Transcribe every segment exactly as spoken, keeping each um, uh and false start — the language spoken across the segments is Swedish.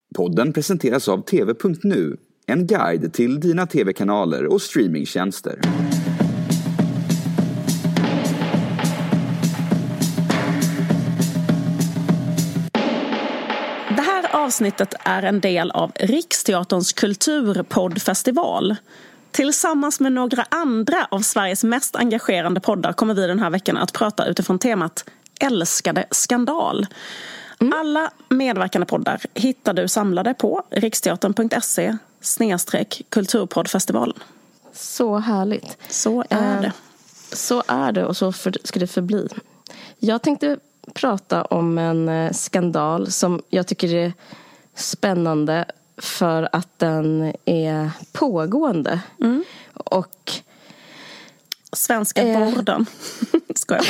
Podden presenteras av T V punkt nu, en guide till dina tv-kanaler och streamingtjänster. Det här avsnittet är en del av Riksteaterns kulturpoddfestival. Tillsammans med några andra av Sveriges mest engagerande poddar kommer vi den här veckan att prata utifrån temat Älskade skandal. Mm. Alla medverkande poddar hittar du samlade på riksteatern punkt se snedstreck kulturpoddfestivalen. Så härligt. Så är eh, det. Så är det och så för, ska det förbli. Jag tänkte prata om en eh, skandal som jag tycker är spännande för att den är pågående. Mm. Och Svenska eh. vården. Ska jag.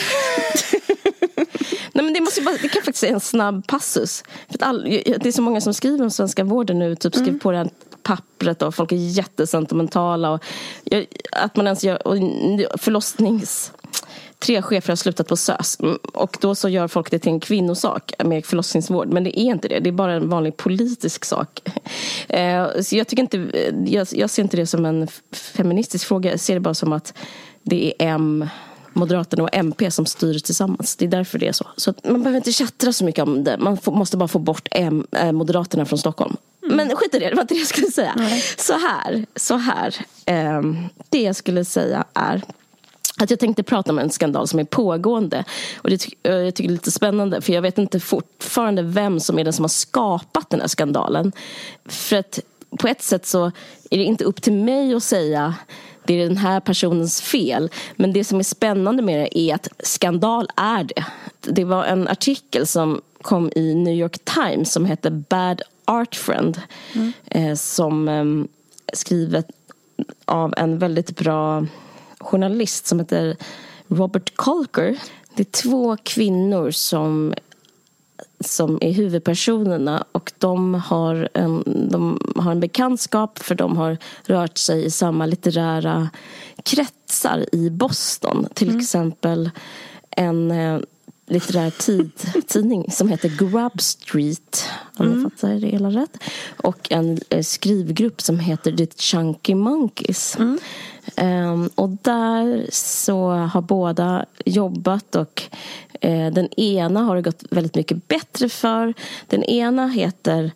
Nej, men det, måste bara, det kan faktiskt säga en snabb passus. För att all, det är så många som skriver om svenska vården nu. Typ skriver mm. på det här pappret och folk är jättesentimentala. Och, att man ens gör och förlossnings... Tre chefer har slutat på S Ö S. Och då så gör folk det till en kvinnosak med förlossningsvård. Men det är inte det. Det är bara en vanlig politisk sak. Så jag, tycker inte, jag, jag ser inte det som en feministisk fråga. Jag ser det bara som att det är M... Moderaterna och M P som styr tillsammans. Det är därför det är så. Så man behöver inte chattra så mycket om det. Man får, måste bara få bort M, äh, Moderaterna från Stockholm. Mm. Men skit i det, det var inte det jag skulle säga. Mm. Så här, så här. Eh, det jag skulle säga är att jag tänkte prata om en skandal som är pågående. Och det ty- jag tycker det är lite spännande. För jag vet inte fortfarande vem som är den som har skapat den här skandalen. För att på ett sätt så är det inte upp till mig att säga det är den här personens fel. Men det som är spännande med det är att skandal är det. Det var en artikel som kom i New York Times som heter Bad Art Friend. Mm. Eh, som eh, skrivet av en väldigt bra journalist som heter Robert Colker. Det är två kvinnor som... som är huvudpersonerna och de har, en, de har en bekantskap för de har rört sig i samma litterära kretsar i Boston. Till mm. exempel en eh, litterär tid, tidning som heter Grub Street, om mm. jag fattar det hela rätt. Och en eh, skrivgrupp som heter The Chunky Monkeys. Mm. Um, och där så har båda jobbat och eh, den ena har det gått väldigt mycket bättre för. Den ena heter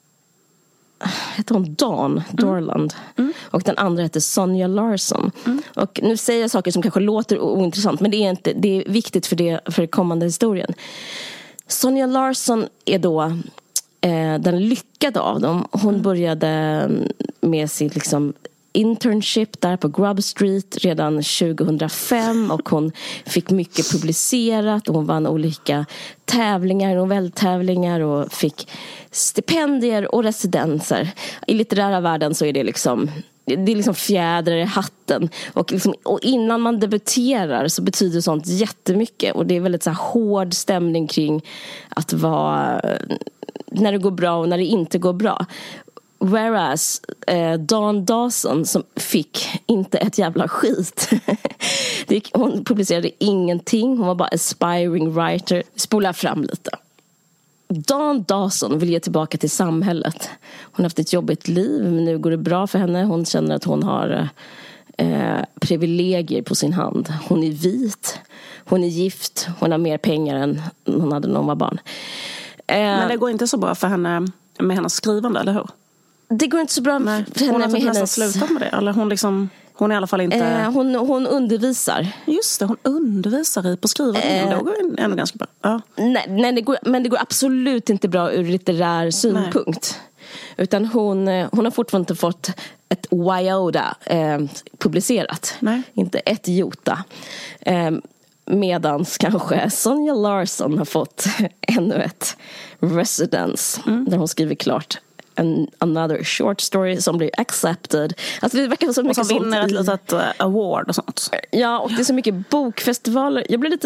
heter hon Dawn Dorland mm. och den andra heter Sonja Larsson. Mm. Och nu säger jag saker som kanske låter ointressant, men det är inte, det är viktigt för det för kommande historien. Sonja Larsson är då eh, den lyckade av dem. Hon mm. började med sitt liksom internship där på Grub Street redan tjugohundrafem och hon fick mycket publicerat och hon vann olika tävlingar, novelltävlingar och fick stipendier och residenser. I litterära världen så är det liksom det är liksom fjädrar i hatten och, liksom, och innan man debuterar så betyder sånt jättemycket och det är väldigt så här hård stämning kring att vara när det går bra och när det inte går bra. Whereas eh, Dawn Dawson som fick inte ett jävla skit. Hon publicerade ingenting. Hon var bara aspiring writer. Spola fram lite. Dawn Dawson vill ge tillbaka till samhället. Hon har haft ett jobbigt liv, men nu går det bra för henne. Hon känner att hon har eh, privilegier på sin hand. Hon är vit. Hon är gift. Hon har mer pengar än hon hade när hon var barn. Eh, men det går inte så bra för henne med hennes skrivande, eller hur? Det går inte så bra Nej, för henne hon har med nästan hennes... slutat med det. Eller hon liksom... Hon är i alla fall inte... Eh, hon, hon undervisar. Just det, hon undervisar i på skrivande. Eh, det går ändå ganska bra. Ja. Nej, nej det går, men det går absolut inte bra ur litterär synpunkt. Nej. Utan hon, hon har fortfarande inte fått ett Wyoda eh, publicerat. Nej. Inte ett jota. Eh, medans kanske Sonja Larsson har fått ännu ett residence. Mm. Där hon skriver klart en another short story som blir accepted. Alltså det verkar så mycket och som vinner ett litet award och sånt. Ja, och det är så mycket bokfestivaler. Jag blir lite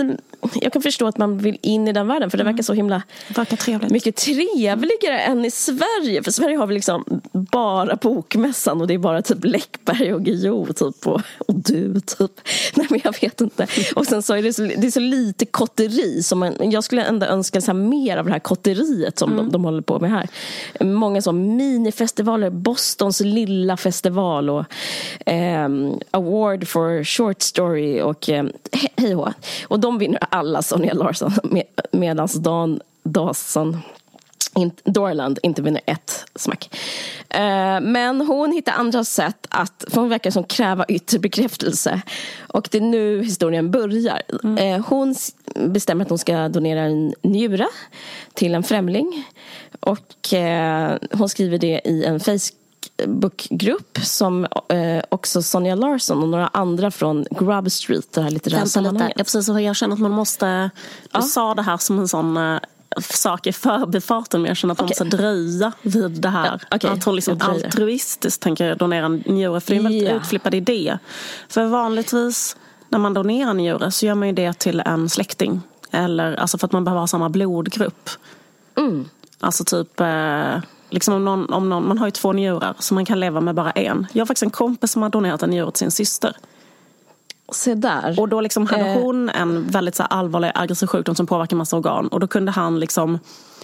jag kan förstå att man vill in i den världen, för det verkar så himla verkar trevligt. Mycket trevligare än i Sverige. För Sverige har vi liksom bara bokmässan och det är bara typ Läckberg och Guillou typ och, och du typ. Nej, men jag vet inte. Och sen så är det så, det är så lite kotteri som man, jag skulle ändå önska så här mer av det här kotteriet som mm. de, de håller på med här. Många som minifestivaler, Bostons lilla festival och eh, Award for Short Story och eh, hej och och de vinner alla, Sonja Larsson, med, medans Dan Dawson inte, Dorland inte vinner ett smack. Eh, men hon hittar andra sätt att, för hon verkar som kräva yttre bekräftelse. Och det är nu historien börjar. Mm. Eh, hon bestämmer att hon ska donera en njure till en främling. Och eh, hon skriver det i en Facebookgrupp som eh, också Sonja Larsson och några andra från Grub Street, det här lite Vänta lite, jag, precis, jag känner att man måste, du ja. sa det här som en sån uh, sak i förbifarten, men jag känner att man okay. måste dröja vid det här, ja, okay. att hon liksom altruistiskt tänker donera en njure, för det är en väldigt yeah. utflippad idé. För vanligtvis när man donerar en njure så gör man ju det till en släkting, eller alltså för att man behöver ha samma blodgrupp. Mm. Alltså typ eh, liksom om någon, om någon, man har ju två njurar så man kan leva med bara en. Jag har faktiskt en kompis som har donerat en njure till sin syster. Se där. Och då liksom hade eh. hon en väldigt så här allvarlig aggressiv sjukdom som påverkar massa organ. Och då kunde han liksom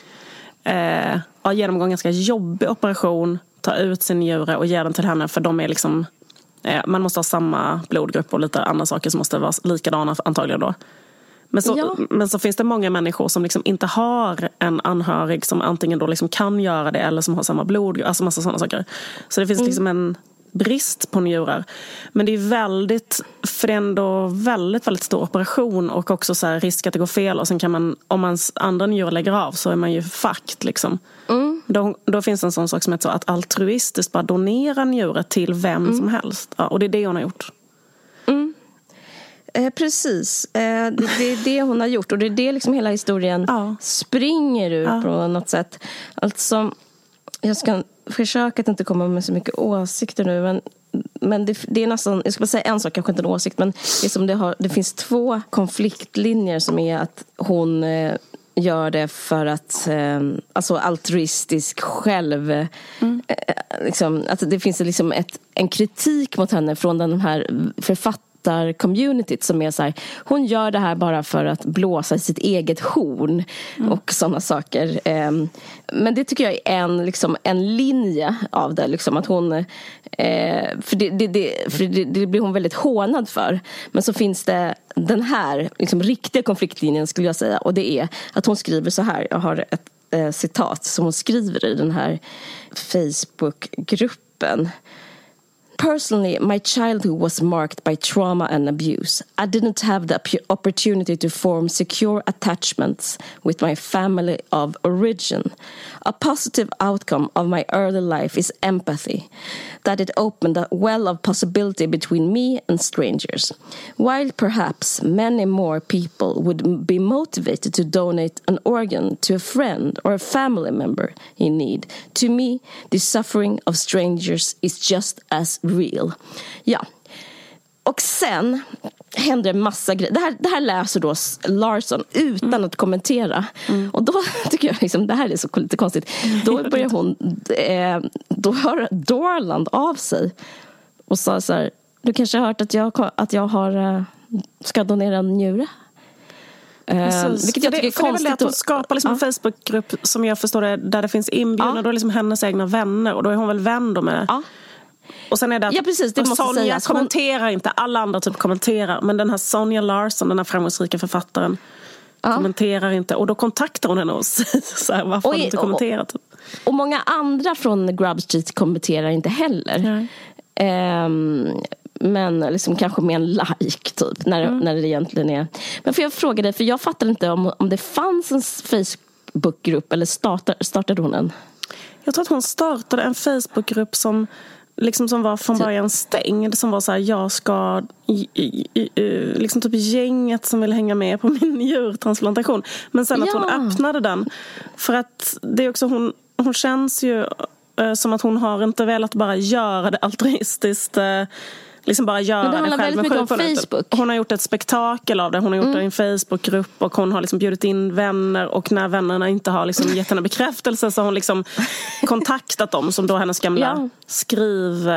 eh, ja, genomgå en ganska jobbig operation, ta ut sin njure och ge den till henne, för de är liksom eh, man måste ha samma blodgrupp och lite andra saker som måste vara likadana antagligen då. Men så, ja. men så finns det många människor som liksom inte har en anhörig som antingen då liksom kan göra det eller som har samma blod, alltså massa sådana saker. Så det finns mm. liksom en brist på njurar. Men det är väldigt, för det är ändå väldigt, väldigt stor operation och också så här risk att det går fel, och sen kan man, om mans andra njurar lägger av så är man ju fakt liksom. Mm. Då, då finns det en sån sak som heter så att altruistiskt bara donera njurar till vem mm. som helst. Ja, och det är det hon har gjort. Mm. Eh, precis, eh, det, det är det hon har gjort, och det är det liksom hela historien ja. springer ur ja. på något sätt. Alltså, jag ska försöka att inte komma med så mycket åsikter nu, men, men det, det är nästan, jag ska bara säga en sak, kanske inte en åsikt, men det, är som det, har, det finns två konfliktlinjer som är att hon eh, gör det för att eh, alltså altruistisk själv mm. eh, liksom, att det finns liksom ett, en kritik mot henne från den här författaren communityt som är så här, hon gör det här bara för att blåsa i sitt eget horn mm. och sådana saker. Men det tycker jag är en, liksom, en linje av det, liksom, att hon för, det, det, det, för det, det blir hon väldigt hånad för. Men så finns det den här liksom, riktiga konfliktlinjen, skulle jag säga, och det är att hon skriver så här, jag har ett eh, citat som hon skriver i den här Facebookgruppen. Personally, my childhood was marked by trauma and abuse. I didn't have the opportunity to form secure attachments with my family of origin. A positive outcome of my early life is empathy, that it opened a well of possibility between me and strangers. While perhaps many more people would be motivated to donate an organ to a friend or a family member in need, to me, the suffering of strangers is just as real. Ja. Och sen händer en massa grejer. Det här, det här läser då Larsson utan mm. att kommentera. Mm. Och då tycker jag liksom, det här är så lite konstigt. Då börjar hon eh, då hör Dorland av sig och sa så här: du kanske har hört att jag, att jag har äh, ska donera en njure. Uh, vilket jag tycker är konstigt. Det är att hon skapar liksom ja. en Facebookgrupp som jag förstår det, där det finns inbjudna, ja. då är liksom hennes egna vänner, och då är hon väl vän då med ja. Och sen är det att ja, precis, det måste Sonja sägas. kommenterar hon... inte, alla andra typ kommenterar, men den här Sonja Larsson, den här framgångsrika författaren, ja. kommenterar inte, och då kontaktar hon henne och säger så här, varför har du inte kommenterat? Och, och många andra från Grub Street kommenterar inte heller. Ehm um, men liksom kanske med en like typ när, mm. när det egentligen är. Men för jag fråga dig, för jag fattar inte om, om det fanns en Facebookgrupp eller startar, startade hon en? Jag tror att hon startade en Facebookgrupp som liksom som var från början stängd, som var så här, jag ska i, i, i, liksom typ gänget som vill hänga med på min djurtransplantation, men sen att ja. hon öppnade den, för att det är också hon, hon känns ju som att hon har inte velat bara göra det altruistiskt liksom bara göra det, det själv med väldigt mycket om Facebook. Hon har gjort ett spektakel av det. Hon har gjort mm. det i en Facebookgrupp och hon har liksom bjudit in vänner, och när vännerna inte har liksom gett henne bekräftelse så har hon liksom kontaktat dem, som då hennes gamla ja. skriv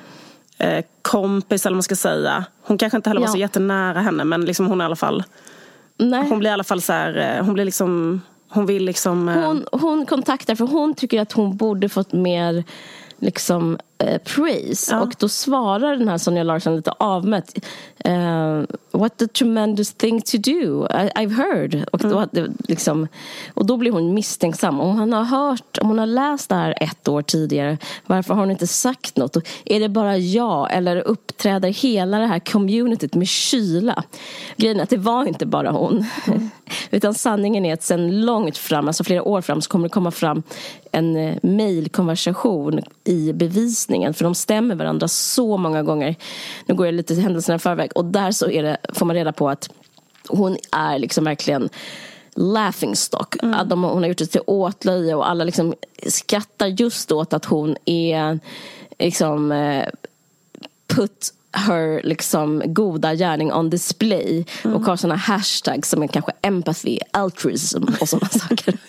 eh, kompis eller vad man ska säga. Hon kanske inte heller var ja. så jättenära henne, men liksom hon är i alla fall Nej. hon blir i alla fall så här, hon blir liksom hon vill liksom eh, hon, hon kontaktar för hon tycker att hon borde fått mer liksom eh, praise ja. och då svarar den här Sonja Larsson lite avmätt uh, what a tremendous thing to do, I, I've heard och då, mm. liksom, och då blir hon misstänksam. Om hon har hört, om hon har läst det här ett år tidigare, varför har hon inte sagt något? Och är det bara jag, eller uppträder hela det här communityt med kyla? Grejen är att det var inte bara hon mm. utan sanningen är att sen långt fram, alltså flera år fram, så kommer det komma fram en eh, mejlkonversation i bevisningen, för de stämmer varandra så många gånger. Nu går jag lite till händelserna i förväg, och där så är det, får man reda på att hon är liksom verkligen laughingstock. Mm. Att de, hon har gjort det till åtlöje, och alla liksom skrattar just åt att hon är liksom eh, put her liksom goda gärning on display mm. och har såna hashtags som är kanske empathy, altruism och såna saker.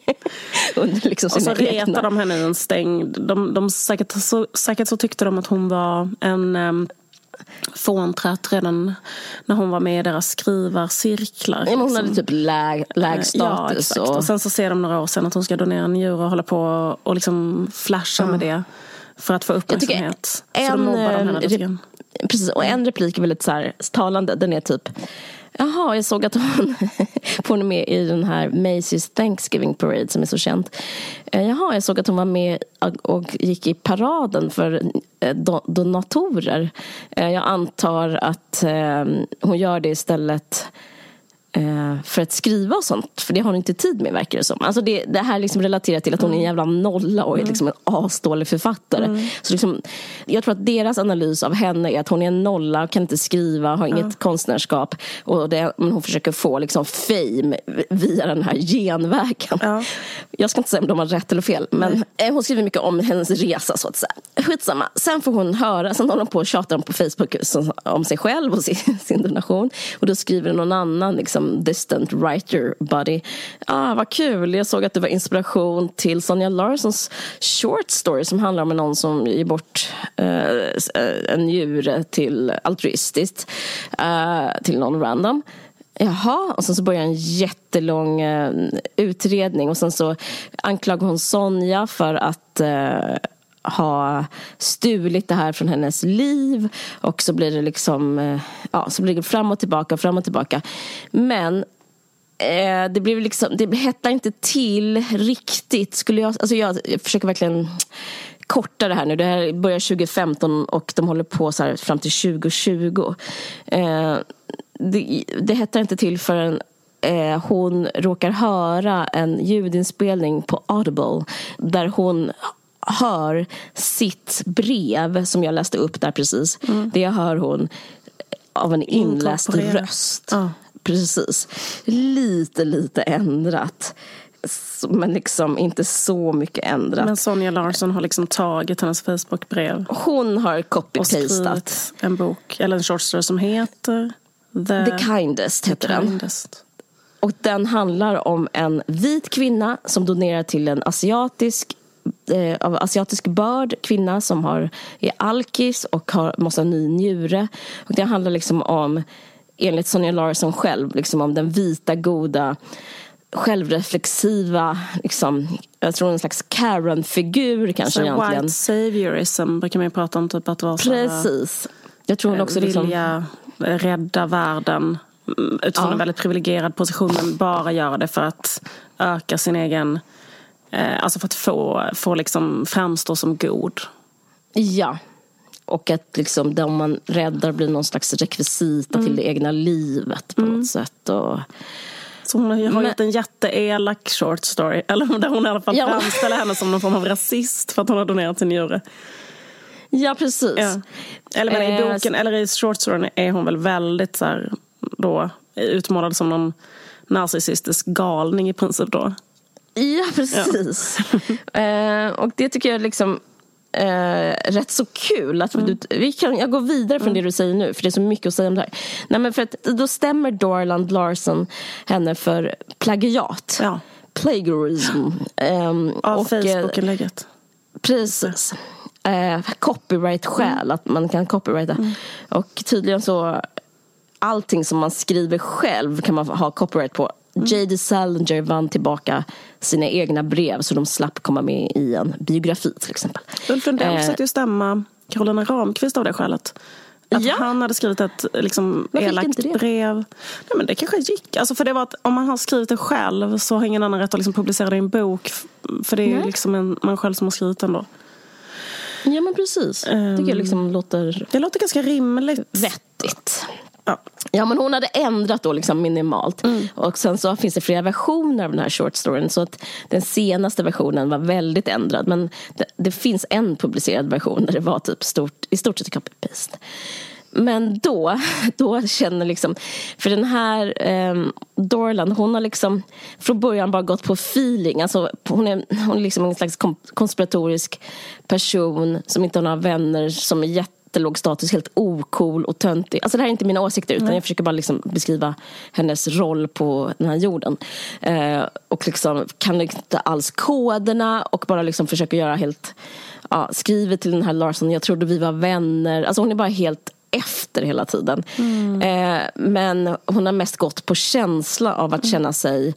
Under liksom och så retar de henne i en stängd. De, de, säkert, så, säkert så tyckte de att hon var en um, fåntratt redan när hon var med i deras skrivarcirklar. Ja, men hon hade typ läg, läg status. Ja, och... och sen så ser de några år sedan att hon ska donera en njure och hålla på och liksom flasha mm. med det för att få uppmärksamhet. En, så de mobbar de henne lite grann. Precis, och en replik är väldigt så här talande. Den är typ: jaha, jag såg att hon hon är med i den här Macy's Thanksgiving Parade som är så känt. Jaha, jag såg att hon var med och gick i paraden för donatorer. Jag antar att hon gör det istället för att skriva och sånt, för det har hon inte tid med, verkar det som. Alltså det, det här liksom relaterar till att hon är en jävla nolla och är liksom en asdålig författare. Mm. Så liksom, jag tror att deras analys av henne är att hon är en nolla, kan inte skriva, har inget mm. konstnärskap, och det, men hon försöker få liksom fame via den här genvägen. Mm. Jag ska inte säga om de har rätt eller fel, men mm. hon skriver mycket om hennes resa, så att säga. Skitsamma. Sen får hon höra, sen håller hon på och tjatar på Facebook om sig själv och sin, sin donation, och då skriver någon annan liksom distant writer buddy: ah, vad kul, jag såg att det var inspiration till Sonja Larssons short story som handlar om någon som ger bort uh, en njure till altruistiskt uh, till någon random. Jaha, och sen så börjar en jättelång uh, utredning, och sen så anklagar hon Sonja för att uh, ha stulit det här från hennes liv, och så blir det liksom ja, så blir det fram och tillbaka fram och tillbaka, men eh, det blir liksom, det hettar inte till riktigt, skulle jag, alltså jag, jag försöker verkligen korta det här nu. Det här börjar tjugo femton och de håller på så här fram till tjugo tjugo. eh, det, det hettar inte till förrän eh, hon råkar höra en ljudinspelning på Audible där hon hör sitt brev som jag läste upp där precis. Mm. Det hör hon av en inläst röst. Ja. Precis. Lite, lite ändrat. Men liksom inte så mycket ändrat. Men Sonja Larsson har liksom tagit hennes Facebook-brev. Hon har copy-pastat. Och skrivit en bok, eller en short story som heter The, The Kindest. The heter kindest. Den. Och den handlar om en vit kvinna som donerar till en asiatisk av asiatisk börd kvinna som har, är alkis och har, måste ha ny njure. Och det handlar liksom om, enligt Sonja Larsson själv, liksom om den vita, goda, självreflexiva liksom, jag tror en slags Karen-figur kanske så egentligen. White saviorism brukar man ju prata om, typ att vara så. Precis. Jag tror hon också vilja liksom rädda världen utifrån ja. en väldigt privilegierad position, men bara göra det för att öka sin egen, alltså för att få, få liksom framstå som god. Ja. Och att liksom de man räddar blir någon slags rekvisita mm. till det egna livet på mm. något sätt. Och... Så hon har Men... gjort en jätteelak short story. Eller där hon i alla fall ja. framställer henne som någon form av rasist för att hon har donerat sin njure. Ja, precis. Ja. Eller men i boken, eller i short storyn är hon väl väldigt så här, då utmålad som någon narcissistisk galning i princip då. Ja, precis. Ja. eh, och det tycker jag liksom eh, rätt så kul att mm. du, vi kan, jag går vidare från mm. det du säger nu, för det är så mycket att säga om det här. Nej, men för att då stämmer Dorland Larson henne för plagiat. Ja. Plagiarism. Um, Av och, Facebook-inlägget. Precis. Eh, copyright-skäl, mm. att man kan copyrighta. Mm. Och tydligen så allting som man skriver själv kan man ha copyright på. Mm. J D Salinger vann tillbaka sina egna brev så de slapp komma med i en biografi till exempel. Ulf Lundell eh, försökte ju stämma Carolina Ramqvist av det skälet. Att ja. han hade skrivit ett liksom, elakt brev. Nej, men det kanske gick. Alltså, för det var att om man har skrivit det själv så har ingen annan rätt att liksom, publicera det i en bok. För det är ju liksom en, man själv som har skrivit den då. Ja, men precis. Um, tycker jag liksom låter... Det låter ganska rimligt. Vettigt. Ja. ja, men hon hade ändrat då liksom minimalt. Mm. Och sen så finns det flera versioner av den här short storyn. Så att den senaste versionen var väldigt ändrad. Men det, det finns en publicerad version där det var typ stort, i stort sett copy-paste. Men då, då känner liksom... För den här eh, Dorland, hon har liksom från början bara gått på feeling. Alltså, hon är, hon är liksom en slags konspiratorisk person som inte har några vänner, som är jätte låg status, helt ocool och töntig. Alltså det här är inte mina åsikter, utan mm. jag försöker bara liksom beskriva hennes roll på den här jorden. Eh, och liksom kan inte alls koderna och bara liksom försöker göra helt... Ja, skriver till den här Larson, jag trodde vi var vänner. Alltså hon är bara helt efter hela tiden. Mm. Eh, men hon har mest gått på känsla av att känna sig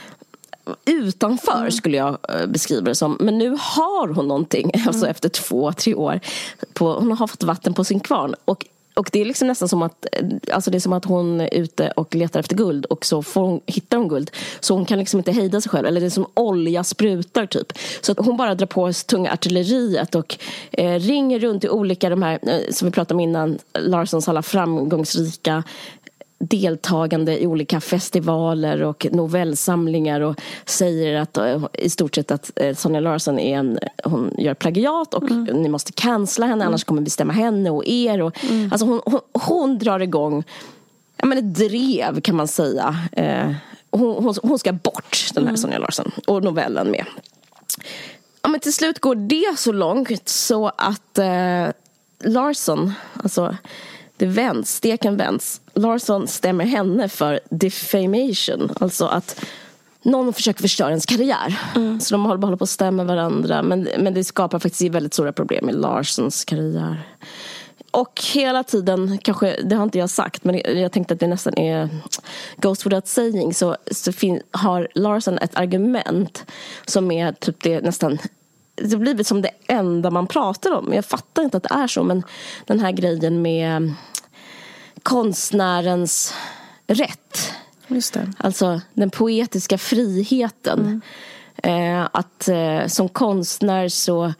utanför, mm. skulle jag beskriva det som. Men nu har hon någonting, mm. alltså efter två, tre år. På, hon har fått vatten på sin kvarn. Och, och det är liksom nästan som att, alltså det är som att hon är ute och letar efter guld. Och så får hon, hittar hon guld. Så hon kan liksom inte hejda sig själv. Eller det är som olja sprutar typ. Så att hon bara drar på sig tunga artilleriet. Och eh, ringer runt i olika, de här, eh, som vi pratade om innan, Larsons alla framgångsrika deltagande i olika festivaler och novellsamlingar, och säger att i stort sett att Sonja Larson är en, hon gör plagiat och mm. ni måste cancella henne, mm. annars kommer vi stämma henne och er och, mm. alltså hon, hon, hon drar igång, ja, men ett drev kan man säga. eh, hon, hon, hon ska bort, den här mm. Sonja Larson, och novellen med. Ja, men till slut går det så långt så att eh, Larson, alltså det vänds, steken vänds. Larson stämmer henne för defamation. Alltså att någon försöker förstöra ens karriär. Mm. Så de håller bara på att stämma varandra. Men, men det skapar faktiskt väldigt stora problem i Larsons karriär. Och hela tiden, kanske, det har inte jag sagt, men jag tänkte att det nästan är goes without saying, så, så fin, har Larson ett argument som är typ det nästan... Det blir blivit som det enda man pratar om. Jag fattar inte att det är så, men den här grejen med konstnärens rätt. Just det. Alltså den poetiska friheten. Mm. Eh, att eh, som konstnär så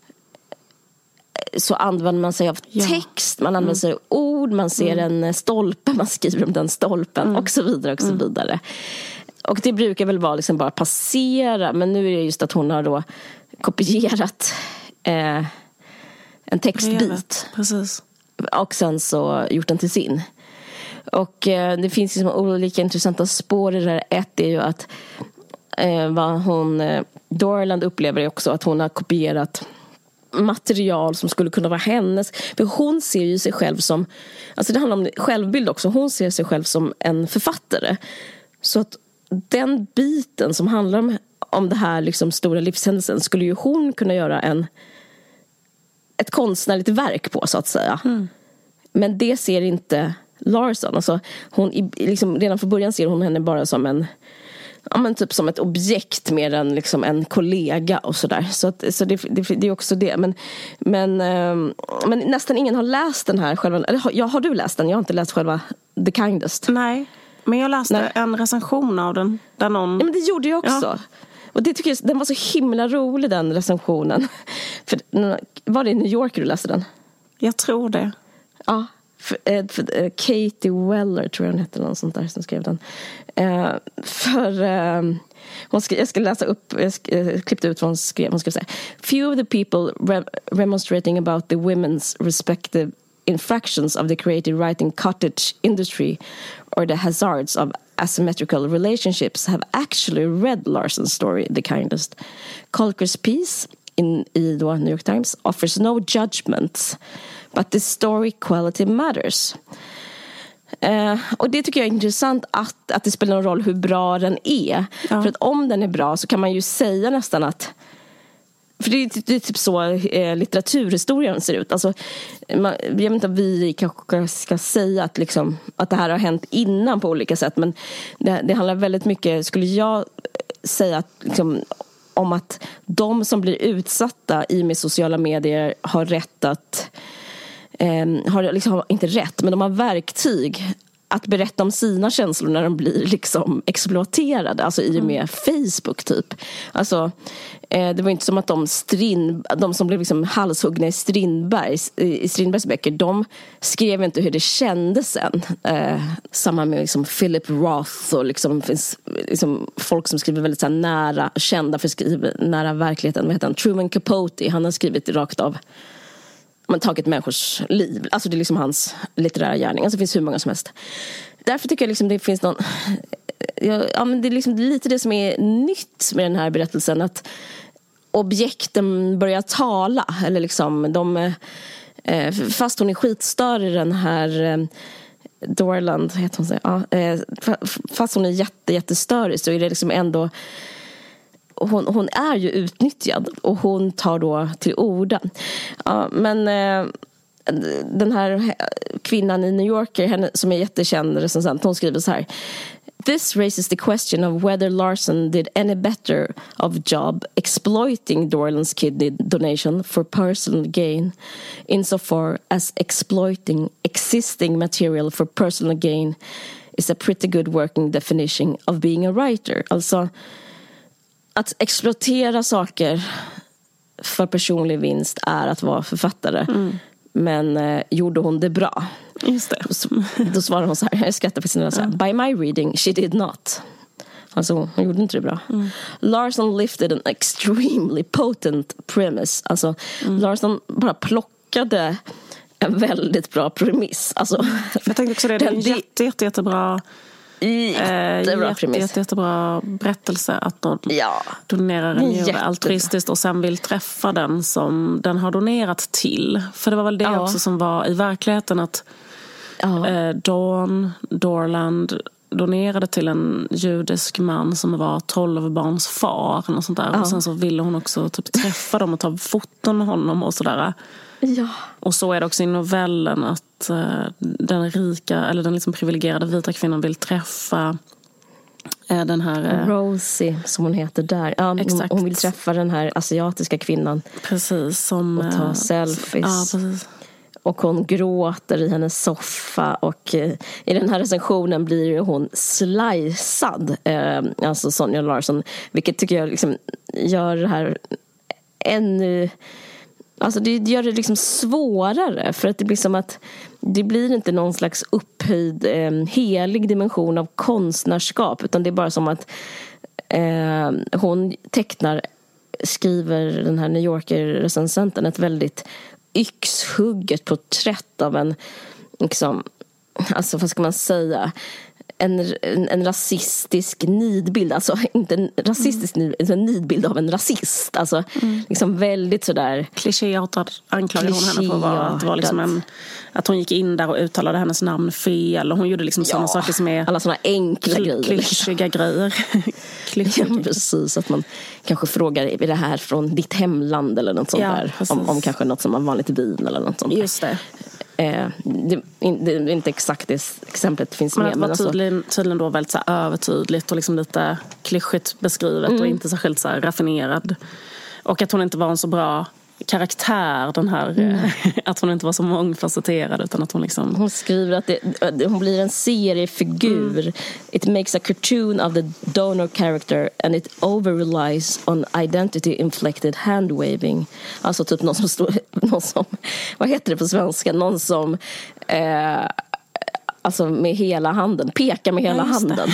så använder man sig av text, man använder mm. sig av ord, man ser mm. en stolpe, man skriver om den stolpen mm. och så vidare och så mm. vidare. Och det brukar väl vara liksom bara passera, men nu är det just att hon har då kopierat eh, en textbit. Precis. Och sen så gjort den till sin. Och eh, det finns liksom olika intressanta spår i det här. Ett är ju att eh, vad hon, eh, Dorland upplever också att hon har kopierat material som skulle kunna vara hennes. För hon ser ju sig själv som, alltså det handlar om självbild också, hon ser sig själv som en författare. Så att den biten som handlar om, om det här liksom stora livshändelsen skulle ju hon kunna göra en ett konstnärligt verk på, så att säga. Mm. Men det ser inte Larson. Alltså, hon, liksom, redan från början ser hon henne bara som en, ja, men typ som ett objekt mer än liksom en kollega och sådär. Så, att, så det, det, det är också det. Men, men, um, men nästan ingen har läst den här själva. Eller, har, ja, har du läst den? Jag har inte läst själva The Kindest. Nej, men jag läste Nej. en recension av den. Där någon... Ja, men det gjorde jag också. Ja. Och det tycker jag, den var så himla rolig, den recensionen. För, var det i New York du läste den? Jag tror det. Ja, för, för, Katie Weller tror jag hon hette, någon sånt där som skrev den. Uh, för uh, hon skrev, jag ska läsa upp, jag ska, klippte ut vad hon skrev. Hon skrev så här: Few of the people re- remonstrating about the women's respective infractions of the creative writing cottage industry or the hazards of asymmetrical relationships have actually read Larson's story, The Kindest. Colker's piece, in, i då New York Times offers no judgments, but the story quality matters. Uh, och det tycker jag är intressant att, att det spelar någon roll hur bra den är. Ja. För att om den är bra så kan man ju säga nästan att, för det är, det är typ så eh, litteraturhistorien ser ut. Alltså, man, jag vet inte om vi kanske ska säga att, liksom, att det här har hänt innan på olika sätt. Men det, det handlar väldigt mycket, skulle jag säga, att, liksom, om att de som blir utsatta i med sociala medier har rätt att eh, har liksom, inte rätt, men de har verktyg att berätta om sina känslor när de blir liksom exploaterade, alltså i och med mm. Facebook typ. Alltså eh, det var inte som att de Strind, de som blev liksom halshuggna i Strindbergs i Strindbergs böcker, de skrev inte hur det kändes sen. Eh, samma med liksom Philip Roth och liksom finns liksom folk som skriver väldigt så här nära kända för skriva nära verkligheten. Vad heter han? Truman Capote, han har skrivit rakt av man tagit människors liv. Alltså det är liksom hans litterära gärning. Alltså det finns hur många som helst. Därför tycker jag liksom det finns någon... Ja, men det är liksom lite det som är nytt med den här berättelsen. Att objekten börjar tala. Eller liksom de... Fast hon är skitstörig, den här... Dorland, heter hon sig. Ja, fast hon är jätte, jättestörig så är det liksom ändå... Hon, hon är ju utnyttjad och hon tar då till orda. Ja, men eh, den här kvinnan i New Yorker, henne, som är jättekänd recensent, hon skriver så här: This raises the question of whether Larson did any better of job exploiting Dorland's kidney donation for personal gain insofar as exploiting existing material for personal gain is a pretty good working definition of being a writer. Alltså att exploatera saker för personlig vinst är att vara författare. Mm. Men eh, gjorde hon det bra? Just det. Så, då svarar hon så här, jag skrattar för sina så här, by my reading, she did not. Alltså, hon gjorde inte det bbra. Mm. Larson lifted an extremely potent premise. Alltså, mm. Larson bara plockade en väldigt bra premiss. Alltså, jag tänkte också det, det är en jätte, jätte, jättebra... Jättebra jätte, jätte, jättebra berättelse att de ja. donerar en njure altruistiskt och sen vill träffa den som den har donerat till. För det var väl det ja. också som var i verkligheten att ja. eh, Dawn Dorland donerade till en judisk man som var tolv barns far och sånt där. Ja. Och sen så ville hon också typ träffa dem och ta foton med honom och sådär. Ja. Och så är det också i novellen att uh, den rika eller den liksom privilegierade vita kvinnan vill träffa uh, den här uh, Rosie som hon heter där. Ja, hon, hon vill träffa den här asiatiska kvinnan. Precis, som och ta uh, selfies. Ja, precis. Och hon gråter i hennes soffa och uh, i den här recensionen blir hon slicead, uh, alltså Sonja Larsson, vilket tycker jag liksom gör det här ännu... Alltså det gör det liksom svårare, för att det blir som att det blir inte någon slags upphöjd eh, helig dimension av konstnärskap, utan det är bara som att eh, hon tecknar, skriver den här New Yorker-recensenten ett väldigt yxhugget porträtt av en liksom, alltså vad ska man säga, En, en, en rasistisk nidbild, alltså inte en rasistisk mm. nidbild, en nidbild av en rasist, alltså mm. liksom väldigt sådär klichéartad anklagade hon henne för att vara, att, vara liksom en, att hon gick in där och uttalade hennes namn fel och hon gjorde liksom ja, sådana saker som är alla sådana enkla kl- grejer klyschiga grejer ja, precis, att man kanske frågar, är det här från ditt hemland eller något sånt ja, där om, om kanske något som var vanligt i Wien eller något sånt just det. Eh, det, det är inte exakt det exemplet finns men med. Det var men tydligen, alltså... tydligen då väldigt så här övertydligt och liksom lite klyschigt beskrivet mm. och inte särskilt så här raffinerad. Och att hon inte var en så bra karaktär, den här mm. att hon inte var så mångfacetterad, utan att hon liksom... Hon skriver att det, hon blir en seriefigur. Mm. It makes a cartoon of the donor character and it over relies on identity inflected hand waving. Alltså typ någon som står, någon som, vad heter det på svenska? Någon som eh, alltså med hela handen, pekar med hela ja, handen.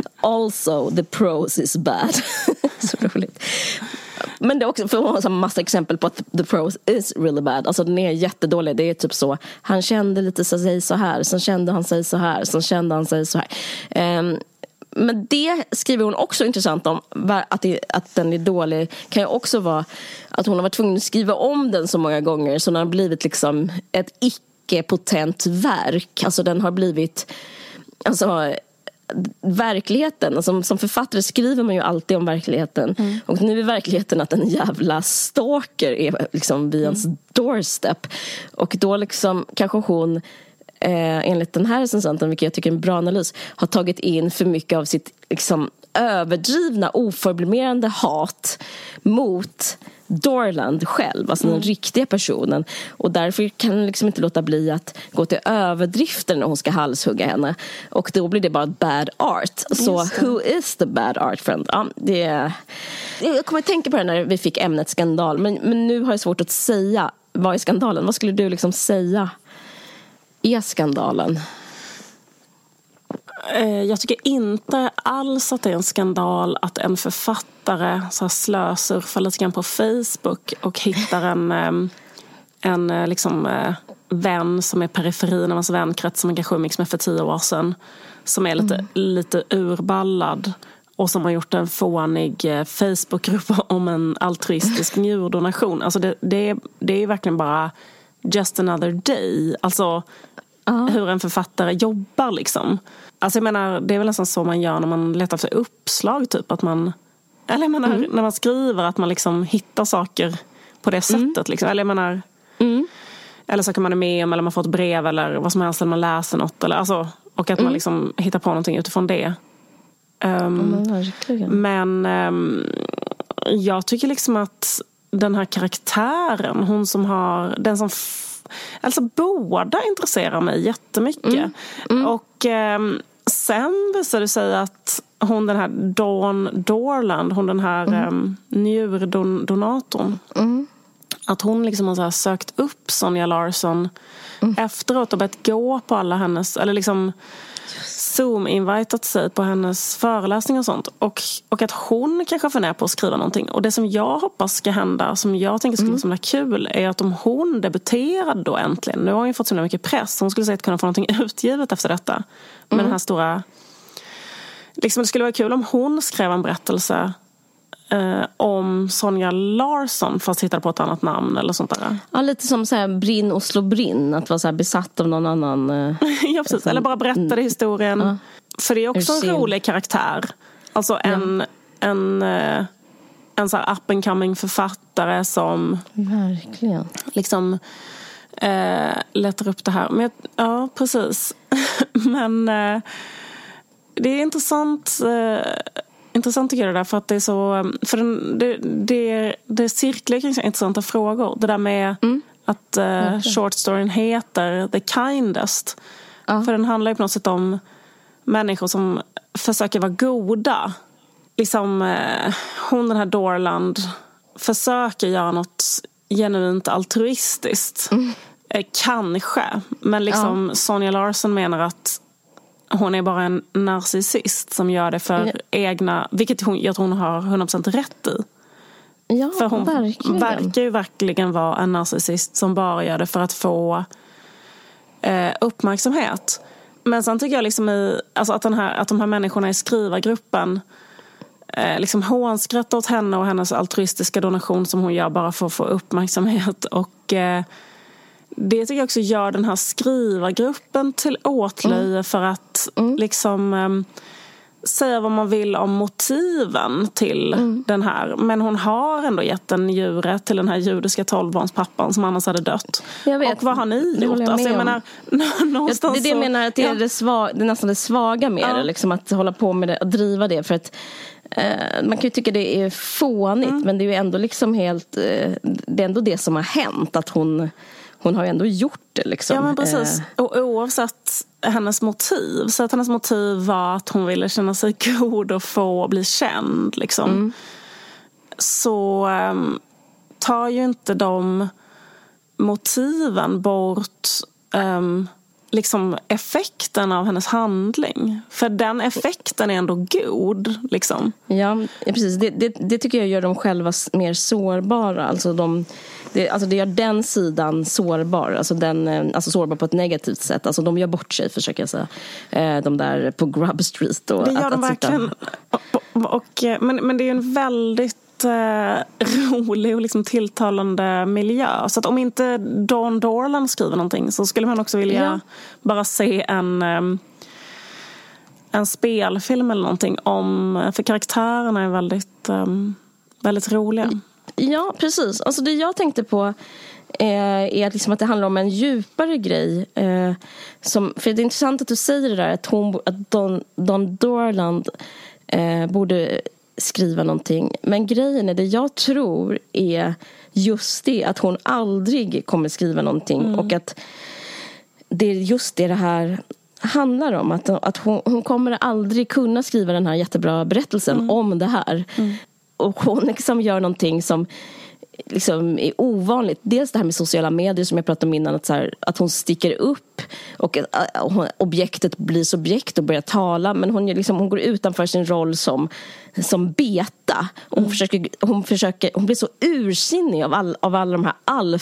Also the prose is bad. Så roligt. Men det är också, för hon har en massa exempel på att the prose is really bad. Alltså den är jättedålig. Det är typ så, han kände lite så, sig så här, sen kände han sig så här, sen kände han sig så här. Um, men det skriver hon också intressant om, att, det, att den är dålig kan ju också vara att hon har varit tvungen att skriva om den så många gånger så den har blivit liksom ett icke-potent verk. Alltså den har blivit alltså verkligheten, alltså, som författare skriver man ju alltid om verkligheten mm. och nu är verkligheten att en jävla stalker är liksom vid ens mm. doorstep och då liksom kanske hon eh, enligt den här recensenten, vilket jag tycker är en bra analys, har tagit in för mycket av sitt liksom överdrivna oförblimerande hat mot Dorland själv, alltså mm. den riktiga personen, och därför kan hon liksom inte låta bli att gå till överdrifter när hon ska halshugga henne, och då blir det bara bad art. Så who is the bad art friend? Ja, det är... Jag kommer att tänka på det när vi fick ämnet skandal, men, men nu har jag svårt att säga vad är skandalen. Vad skulle du liksom säga är skandalen? Jag tycker inte alls att det är en skandal att en författare så här slösurfar lite grann på Facebook och hittar en, en liksom, vän som är periferin av hans vänkrets som man kanske umgicks med för tio år sedan, som är lite, mm. lite urballad och som har gjort en fånig Facebookgrupp om en altruistisk njurdonation. Alltså det, det, är, det är verkligen bara just another day. Alltså uh. hur en författare jobbar liksom. Alltså jag menar, det är väl nästan så man gör när man letar efter uppslag typ, att man, eller jag menar mm. när man skriver att man liksom hittar saker på det sättet mm. liksom, eller jag menar mm. eller så kan man är med om, eller man får ett brev eller vad som helst, eller man läser något eller, alltså, och att mm. man liksom hittar på någonting utifrån det. Um, mm, men um, jag tycker liksom att den här karaktären, hon som har, den som f- alltså båda intresserar mig jättemycket. Mm. Mm. Och um, sen visade det sig att hon, den här Dawn Dorland, hon den här mm. um, njurdonatorn, mm. att hon liksom har så här sökt upp Sonja Larsson mm. efteråt och börjat gå på alla hennes, eller liksom Zoom-invitat sig på hennes föreläsningar och sånt. Och, och att hon kanske får ner på att skriva någonting. Och det som jag hoppas ska hända, som jag tänker skulle vara mm. så kul, är att om hon debuterade då äntligen, nu har hon ju fått så mycket press, hon skulle säkert kunna få någonting utgivet efter detta. Mm. Med den här stora, liksom det skulle vara kul om hon skrev en berättelse eh, om Sonja Larsson fast hittade på ett annat namn eller sånt där. Ja, lite som så här Brinn Oslo Brinn, att vara så här besatt av någon annan. Eh, ja, precis. Eller bara berättade historien. Ja. För det är också en rolig karaktär. Alltså en, ja. en, en, en så här up and coming författare som verkligen liksom eh, letar upp det här. Men, ja, precis. Men eh, det är intressant eh, intressant tycker jag det där, för att det är så, för den, det, det, det cirklar kring intressanta frågor. Det där med mm. att eh, okay. short storyn heter The Kindest. Ja. För den handlar ju på något sätt om människor som försöker vara goda. Liksom eh, hon, den här Dorland, försöker göra något genuint altruistiskt. Mm. Eh, kanske. Men liksom ja. Sonja Larsson menar att hon är bara en narcissist som gör det för ja. egna, vilket hon, jag tror hon har hundra procent rätt i. Ja, för hon verkligen. verkar ju verkligen vara en narcissist som bara gör det för att få eh, uppmärksamhet. Men sen tycker jag liksom i, alltså att, den här, att de här människorna i skrivargruppen eh, liksom hånskrattar åt henne och hennes altruistiska donation som hon gör bara för att få uppmärksamhet. Och eh, det tycker jag också gör den här skrivargruppen till åtlöje mm. för att mm. liksom eh, säga vad man vill om motiven till mm. den här. Men hon har ändå gett en djuret till den här judiska tolvbarnspappan som annars hade dött. Jag vet. Och vad har ni gjort? Jag, alltså, jag menar, någonstans jag, det är det jag menar, att det är, ja. det, svag, det är nästan det svaga med ja. det. Liksom, att hålla på med det och driva det. För att eh, man kan ju tycka det är fånigt, mm. men det är ju ändå liksom helt eh, det är ändå det som har hänt, att hon Hon har ju ändå gjort det liksom. Ja, men precis. Och oavsett hennes motiv, så att hennes motiv var att hon ville känna sig god och få bli känd liksom. Mm. Så um, tar ju inte de motiven bort um, liksom effekten av hennes handling. För den effekten är ändå god, liksom. Ja, precis. Det, det, det tycker jag gör dem själva mer sårbara. Alltså, de, det, alltså det gör den sidan sårbar. Alltså, den, alltså sårbar på ett negativt sätt. Alltså de gör bort sig, försöker jag säga. De där på Grub Street. Och det gör att, de att verkligen. Och, och, men, men det är en väldigt rolig och liksom tilltalande miljö. Så att om inte Dawn Dorland skriver någonting så skulle man också vilja ja. bara se en en spelfilm eller någonting om, för karaktärerna är väldigt väldigt roliga. Ja, precis. Alltså det jag tänkte på är att, liksom att det handlar om en djupare grej. Som, för det är intressant att du säger det där att, hon, att Dawn, Dawn Dorland borde skriva någonting. Men grejen är det jag tror är just det, att hon aldrig kommer skriva någonting. Mm. Och att det är just det det här handlar om. Att, att hon, hon kommer aldrig kunna skriva den här jättebra berättelsen mm. om det här. Mm. Och hon liksom gör någonting som liksom är ovanligt. Dels det här med sociala medier som jag pratade om innan, att, så här, att hon sticker upp och att hon, objektet blir subjekt och börjar tala, men hon, liksom, hon går utanför sin roll som, som beta. Hon, mm. försöker, hon, försöker, hon blir så ursinnig av, all, av alla de här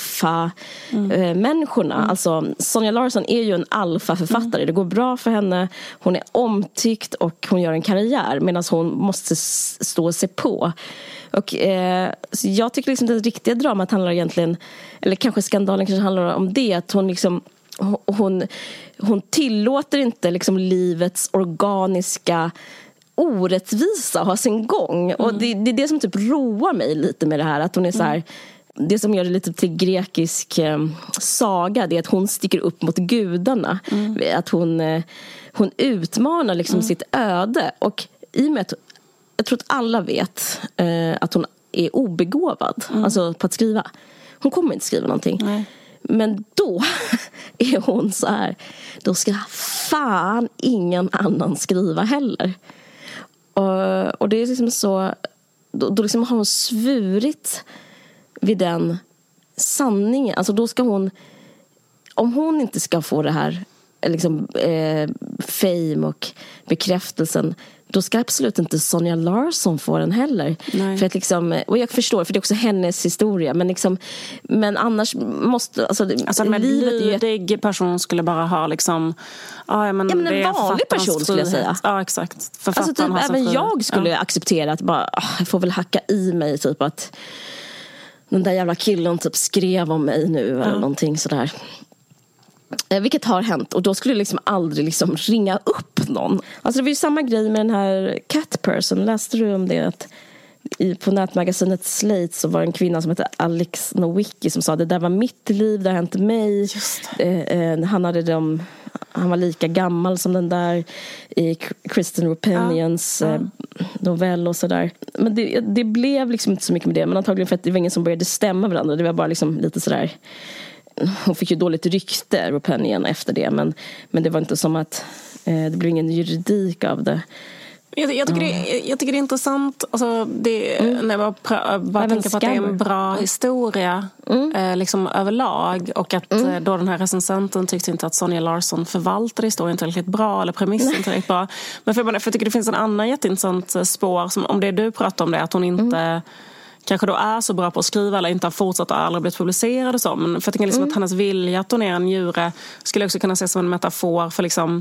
alfa-människorna. Mm. Mm. Alltså, Sonja Larsson är ju en alfa-författare. Mm. Det går bra för henne. Hon är omtyckt och hon gör en karriär medan hon måste stå och se på. Och eh, så jag tycker liksom det riktiga dramat handlar egentligen, eller kanske skandalen kanske handlar om det, att hon liksom hon, hon tillåter inte liksom livets organiska orättvisa ha sin gång. Mm. Och det, det är det som typ roar mig lite med det här, att hon är så här, mm. det som gör det lite till grekisk eh, saga, det är att hon sticker upp mot gudarna. Mm. Att hon, eh, hon utmanar liksom mm. sitt öde. Och i och med att jag tror att alla vet eh, att hon är obegåvad mm. alltså på att skriva. Hon kommer inte skriva någonting. Nej. Men då är hon så här, då ska fan ingen annan skriva heller. Och, och det är liksom så, då, då liksom har hon svurit vid den sanningen. Alltså då ska hon, om hon inte ska få det här liksom, eh, fame och bekräftelsen, då ska absolut inte Sonja Larsson få den heller. Nej. För att liksom, och jag förstår, för det är också hennes historia, men liksom, men annars måste alltså, alltså en lydig ju... person skulle bara ha liksom, ah, ja, men, ja, men det en vanlig person skulle jag säga. Ja, exakt. Alltså typ, även jag skulle ja. acceptera att bara, ah, jag får väl hacka i mig typ att den där jävla killen typ skrev om mig nu eller ja. någonting sådär. Vilket har hänt. Och då skulle det liksom aldrig liksom ringa upp någon. Alltså det var ju samma grej med den här Cat Person. Läste du om det? Att i, på nätmagasinet Slate så var det en kvinna som hette Alex Nowicki som sa det där var mitt liv, det har hänt mig. Eh, han hade dem, han var lika gammal som den där i Kristen Rupenians ja, ja. novell och sådär. Men det, det blev liksom inte så mycket med det. Men antagligen för att det var ingen som började stämma varandra. Det var bara liksom lite sådär. Hon fick ju dåligt rykte, Rupenian, efter det. Men, men det var inte som att eh, det blev ingen juridik av det. Jag, jag, tycker, mm. det, jag tycker det är intressant alltså det, mm. när jag bara, bara tänker på att det är en bra historia mm. eh, liksom överlag. Och att mm. eh, då den här recensenten tyckte inte att Sonja Larsson förvaltade historien tillräckligt bra. Eller premissen tillräckligt bra. Men för, för jag tycker det finns en annan jätteintressant spår. Som, om det du pratar om det, att hon inte... Mm. kanske då är så bra på att skriva eller inte har fortsatt och aldrig blivit publicerad och så. Men för jag tänker liksom mm. att hennes vilja att donera en djure skulle jag också kunna se som en metafor för liksom...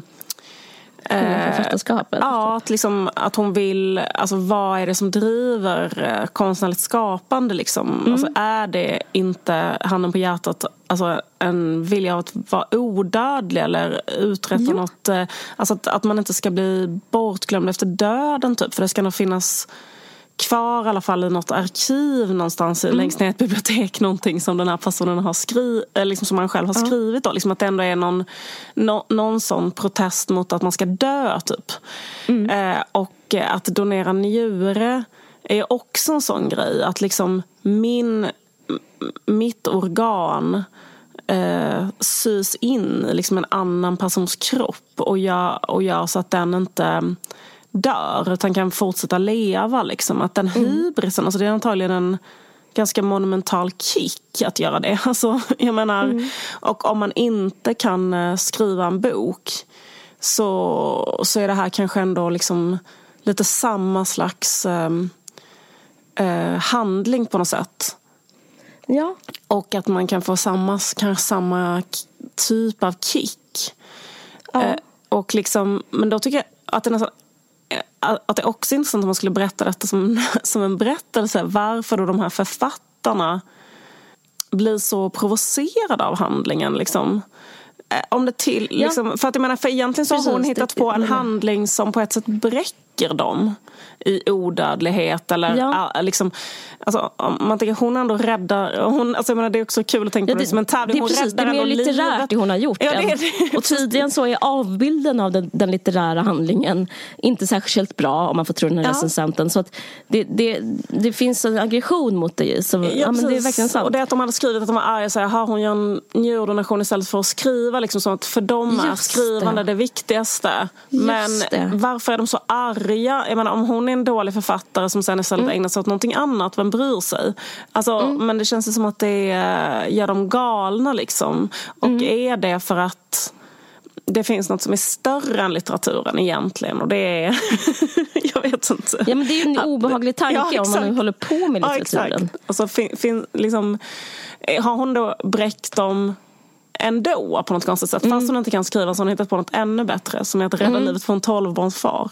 Eh, författarskapet. Ja, att, liksom, att hon vill... Alltså vad är det som driver eh, konstnärligt skapande liksom? Mm. Alltså är det inte, handen på hjärtat, alltså en vilja av att vara odödlig eller uträtta jo. något... Eh, alltså att, att man inte ska bli bortglömd efter döden typ. För det ska nog finnas... kvar i alla fall i något arkiv någonstans mm. längst ner i ett bibliotek, någonting som den här personen har skrivit, liksom som man själv har skrivit då, liksom att det ändå är någon, no, någon sån protest mot att man ska dö typ. Mm. Eh, och att donera njure är också en sån grej, att liksom min mitt organ eh, sys in i liksom en annan persons kropp och gör, och gör så att den inte dör utan kan fortsätta leva liksom. Att den hybrisen, alltså det är antagligen en ganska monumental kick att göra det. Alltså, jag menar, mm. och om man inte kan skriva en bok så, så är det här kanske ändå liksom lite samma slags eh, eh, handling på något sätt. Ja. Och att man kan få samma, kanske samma typ av kick. Ja. Eh, och liksom, men då tycker jag att det nästan att det är också intressant om man skulle berätta detta som, som en berättelse. Varför då de här författarna blir så provocerade av handlingen liksom. Om det till, ja. liksom, för att jag menar, för egentligen så har hon hittat det, på en handling som på ett sätt bräcker dem i odödlighet eller ja. liksom, alltså, man tänker hon ändå räddar hon, alltså, jag menar, det är också kul att tänka ja, på det, det som en tävling. Hon precis, räddar det är mer litterärt det hon har gjort. Ja, det är det. Och tydligen så är avbilden av den, den litterära handlingen inte särskilt bra om man får tro den här ja. recensenten. Så att det, det, det finns en aggression mot det. Så, ja, ja, men det är verkligen sant. Och det att de hade skrivit att de var arga så här, hon gör en njurdonation istället för att skriva liksom, så att för dem är skrivande det. det viktigaste. Men det. varför är de så arga? Jag menar, om hon är en dålig författare som sen istället mm. ägnar sig åt någonting annat, vem bryr sig? Alltså, mm. men det känns som att det gör dem galna liksom. Och mm. är det för att det finns något som är större än litteraturen egentligen, och det är jag vet inte. Ja, men det är ju en obehaglig tanke ja, om man nu håller på med litteraturen. Ja, och så fin, fin, liksom, har hon då bräckt dem ändå på något konstigt sätt. Mm. Fast hon inte kan skriva så hon har hittat på något ännu bättre som är att rädda mm. livet för en tolvbarns far.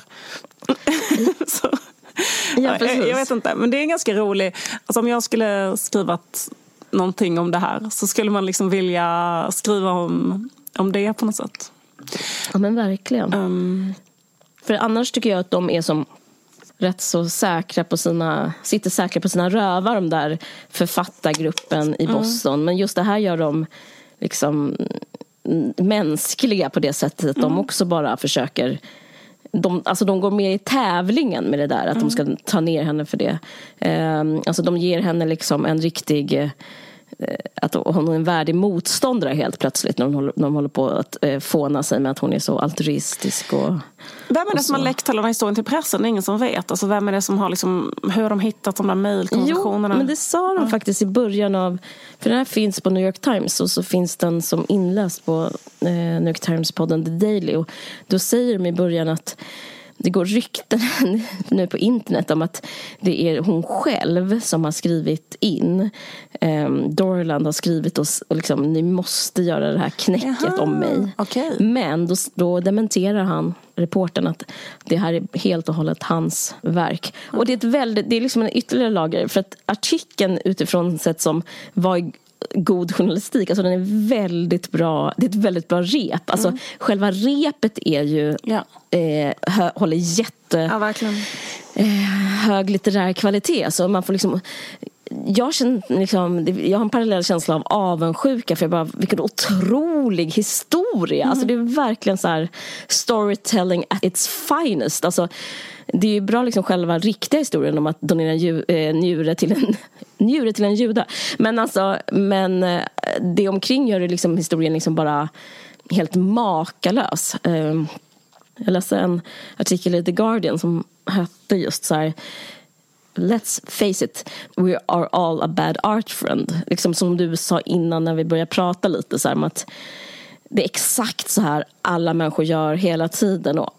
så, ja, jag, jag vet inte, men det är ganska roligt. Alltså om jag skulle skriva någonting om det här så skulle man liksom vilja skriva om, om det på något sätt. Ja, men verkligen. Um, för annars tycker jag att de är som rätt så säkra på sina, sitter säkra på sina rövar, de där författargruppen i Boston. Mm. Men just det här gör de liksom mänskliga på det sättet att mm. de också bara försöker de, alltså de går med i tävlingen med det där att mm. de ska ta ner henne för det. Um, alltså de ger henne liksom en riktig uh, att hon är en värdig motståndare helt plötsligt när de håller, när de håller på att uh, fåna sig med att hon är så altruistisk och, vem är det som har läckt hela den här historien till pressen? Det är ingen som vet. Alltså vem är det som har liksom, hur har de hittat de där mejlkonversationerna? Jo, men det sa de ja. faktiskt i början av, för den här finns på New York Times och så finns den som inläst på eh, New York Times-podden The Daily, och då säger de i början att det går rykten nu på internet om att det är hon själv som har skrivit in. Um, Dorland har skrivit och, och liksom, ni måste göra det här knäcket Jaha, om mig. Okay. Men då, då dementerar han reportern att det här är helt och hållet hans verk. Mm. Och det är ett väldigt, det är liksom en ytterligare lager, för att artikeln utifrån sätt som var god journalistik, alltså den är väldigt bra, det är ett väldigt bra rep, alltså mm. själva repet är ju ja. eh, hö, håller jätte ja, verkligen. Eh, hög litterär kvalitet, så man får liksom, jag känner liksom, jag har en parallell känsla av avundsjuka, för jag bara, vilken otrolig historia, mm. alltså det är verkligen så här storytelling at its finest, alltså det är ju bra liksom själva riktiga historien om att donera ju, eh, njure till en njure till en juda, men alltså men eh, det omkring gör det liksom historien liksom bara helt makalös. Eh, jag läste en artikel i The Guardian som hette just så här: let's face it, we are all a bad art friend. Liksom som du sa innan när vi började prata lite så här om att det är exakt så här alla människor gör hela tiden, och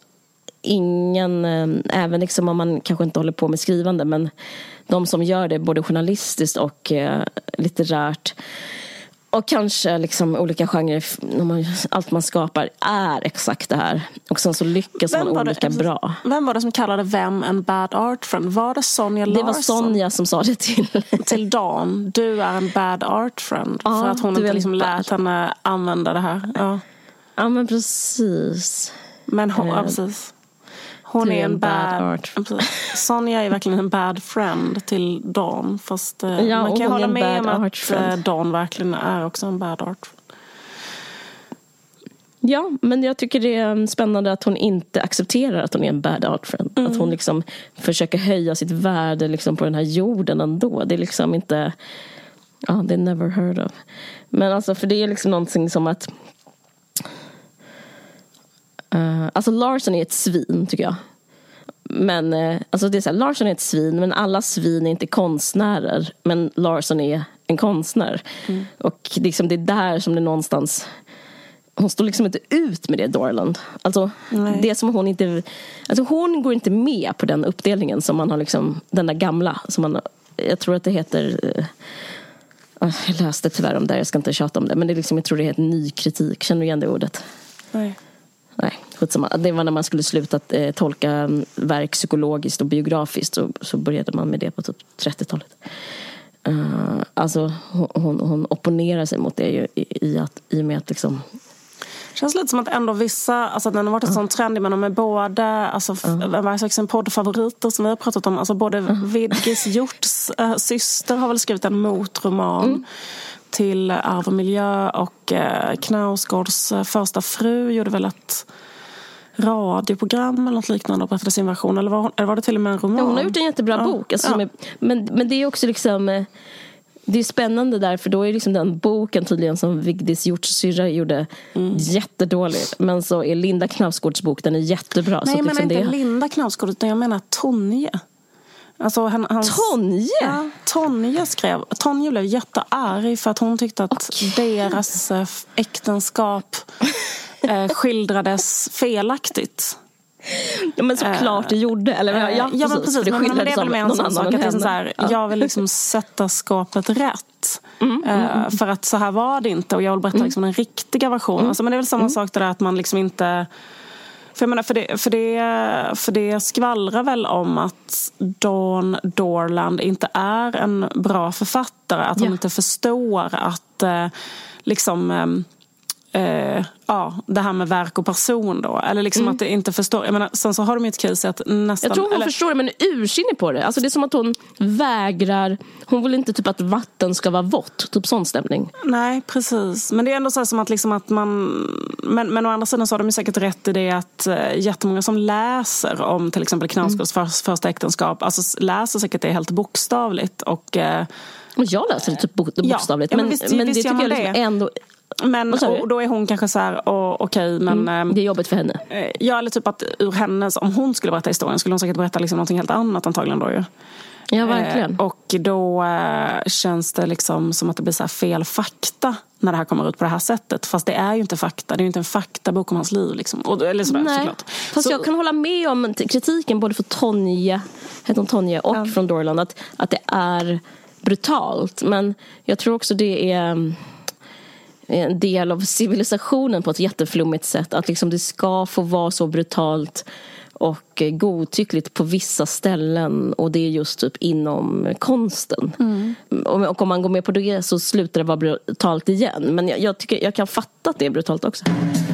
ingen, även liksom om man kanske inte håller på med skrivande, men de som gör det både journalistiskt och eh, litterärt och kanske liksom olika genrer, allt man skapar är exakt det här, och sen så lyckas vem man olika det, bra. Vem var det som kallade vem en bad art friend? Var det Sonja Larsson? Det var Sonja som sa det till till Dan, du är en bad art friend, ja, för att hon inte liksom lät henne använda det här. Ja, ja men precis. Men hon, ja, precis. Hon är en, en bad, bad art. Sonja är verkligen en bad friend till Dawn. Fast ja, man kan hålla med om att friend. Dawn verkligen är också en bad art. Ja, men jag tycker det är spännande att hon inte accepterar att hon är en bad art friend. Mm. Att hon liksom försöker höja sitt värde liksom på den här jorden ändå. Det är liksom inte... Ja, det är never heard of. Men alltså, för det är liksom någonting som att... Uh, alltså Larson är ett svin, tycker jag. Men eh, alltså det är så här, Larsson är ett svin, men alla svin är inte konstnärer. Men Larsson är en konstnär. Mm. Och liksom det är där som det någonstans... Hon står liksom inte ut med det, Dorland. Alltså, Nej. det som hon inte... Alltså hon går inte med på den uppdelningen som man har liksom... Den där gamla som man... Jag tror att det heter... Uh, jag läste tyvärr om det, jag ska inte tjata om det. Men det är liksom, jag tror det heter ny kritik. Känner du igen det ordet? Nej. Nej, skitsamma. Det var när man skulle sluta att eh, tolka verk psykologiskt och biografiskt. Så, så började man med det på typ trettiotalet. Uh, alltså hon, hon, hon opponerar sig mot det ju, i, i, att, i och med att liksom... Det känns lite som att ändå vissa, alltså den har varit en uh. sån trend, men de är både, alltså uh. en poddfavoriter som vi har pratat om, alltså både uh. Vigdis Hjorts äh, syster har väl skrivit en motroman mm. till Arv och miljö, och äh, Knausgårds äh, första fru gjorde väl ett radioprogram eller något liknande och berättade sin version, eller var, hon, eller var det till och med en roman? Ja, hon har gjort en jättebra ja. bok alltså, ja. är, men, men det är också liksom det är spännande där, för då är liksom den boken tydligen som Vigdis Hjorts syrra gjorde mm. jättedålig, men så är Linda Knausgårds bok, den är jättebra. Nej, så jag menar liksom inte det... Linda Knausgård, utan jag menar Tonje. Alltså, han, hans, Tonje? Ja, Tonje skrev. Tonje blev jättearg för att hon tyckte att okay. deras äh, äktenskap äh, skildrades felaktigt. Ja, men såklart det gjorde. Eller, ja, ja, ja, men precis. Det men, men det är väl med en sån sak. Att det är så här, ja. Jag vill liksom sätta skapet rätt. Mm, mm, mm. För att så här var det inte. Och jag vill berätta mm. liksom den riktiga versionen. Mm. Alltså, men det är väl samma mm. sak där att man liksom inte... För, jag menar, för, det, för, det, för det skvallrar väl om att Dawn Dorland inte är en bra författare. Att hon ja. inte förstår att eh, liksom... Eh, Uh, ja, det här med verk och person då. Eller liksom mm. att det inte förstår. Jag menar, sen så har de ju ett case att nästan... Jag tror hon eller... förstår det, men är ursinnig på det. Alltså det är som att hon vägrar... Hon vill inte typ att vatten ska vara vått. Typ sån stämning. Nej, precis. Men det är ändå så här som att liksom att man... Men, men å andra sidan så har de ju säkert rätt i det att uh, jättemånga som läser om till exempel Knausgårds mm. för, första äktenskap, alltså läser säkert det helt bokstavligt. Och, uh, och jag läser det typ bokstavligt. Ja, men, men, visst, men visst det tycker jag liksom ändå... Men och då är hon kanske så här, och, okej, men... Mm, det är jobbigt för henne. Ja, eller typ att ur hennes, om hon skulle berätta historien skulle hon säkert berätta liksom någonting helt annat antagligen då ju. Ja, verkligen. Eh, och då eh, känns det liksom som att det blir så här fel fakta när det här kommer ut på det här sättet. Fast det är ju inte fakta, det är ju inte en faktabok om hans liv liksom. Och, eller sådär, Nej. såklart. Fast så, jag kan hålla med om kritiken både för Tonje, heter hon Tonje, och ja. från Dorland, att, att det är brutalt. Men jag tror också det är... en del av civilisationen på ett jätteflummigt sätt. Att liksom det ska få vara så brutalt och godtyckligt på vissa ställen. Och det är just typ inom konsten. Mm. Och om man går med på det så slutar det vara brutalt igen. Men jag, jag, tycker, jag kan fatta att det är brutalt också.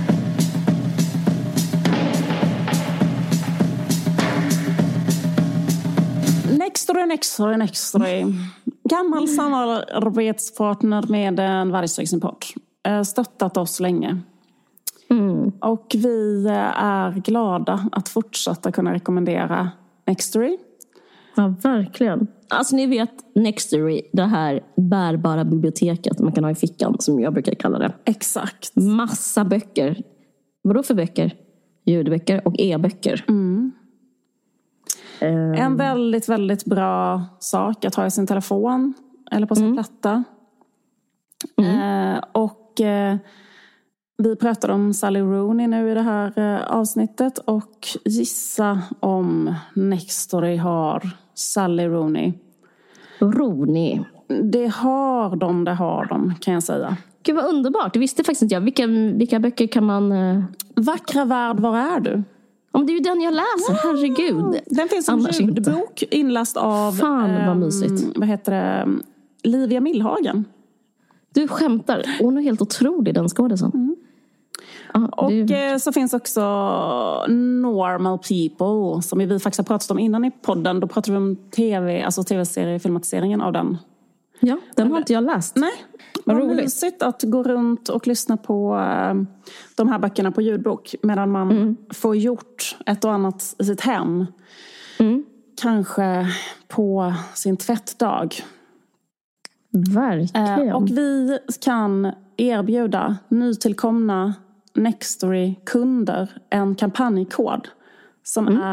Nextory, Nextory, Nextory. Gammal samarbetspartner med en vargsträcksimporт. Stöttat oss länge. Mm. Och vi är glada att fortsätta kunna rekommendera Nextory. Ja, verkligen. Alltså ni vet Nextory, det här bärbara biblioteket man kan ha i fickan, som jag brukar kalla det. Exakt. Massa böcker. Vadå för böcker? Ljudböcker och e-böcker. Mm. Um. En väldigt, väldigt bra sak att ha i sin telefon eller på sin mm. platta. Mm. Eh, och eh, vi pratade om Sally Rooney nu i det här eh, avsnittet. Och gissa om Nextory har Sally Rooney. Rooney. Det har de, det har de, kan jag säga. Gud vad underbart, det visste faktiskt inte jag. Vilka, vilka böcker kan man... Eh... Vackra värld, var är du? Om det är ju den jag läser, ja, herregud. Den finns en ljudbok inläst av... Fan vad ähm, mysigt. Vad heter det? Livia Millhagen. Du skämtar. Hon är helt otrolig, den skådisen. Mm. Ah, och är... så finns också Normal People, som vi faktiskt har pratat om innan i podden. Då pratade vi om tv, alltså tv-serie, filmatiseringen av den. Ja, den har inte jag läst. Nej, vad roligt. Mysigt att gå runt och lyssna på uh, de här böckerna på ljudbok medan man mm. får gjort ett och annat i sitt hem. Mm. Kanske på sin tvättdag. Verkligen. Uh, och vi kan erbjuda nytillkomna Nextory-kunder en kampanjkod som mm. är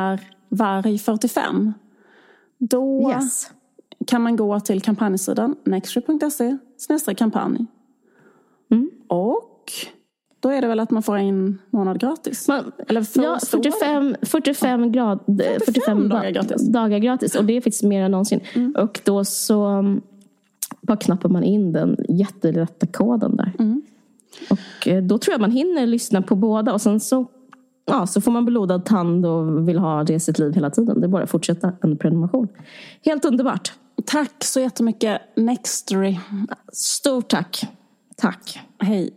Varg fyrtiofem. Då Yes. kan man gå till kampanjsidan nextory punkt se snedstreck kampanj. Mm. Och då är det väl att man får en månad gratis. Man, Eller för ja, fyrtiofem, fyrtiofem, grad, fyrtiofem dagar gratis. dagar gratis. Och det är faktiskt mer än någonsin. Mm. Och då så um, bara knappar man in den jättelätta koden där. Mm. Och eh, då tror jag man hinner lyssna på båda. Och sen så, ja, så får man blodad tand och vill ha det i sitt liv hela tiden. Det är bara att fortsätta en prenumeration. Helt underbart. Tack så jättemycket, Nextory. Stort tack. Tack. Hej.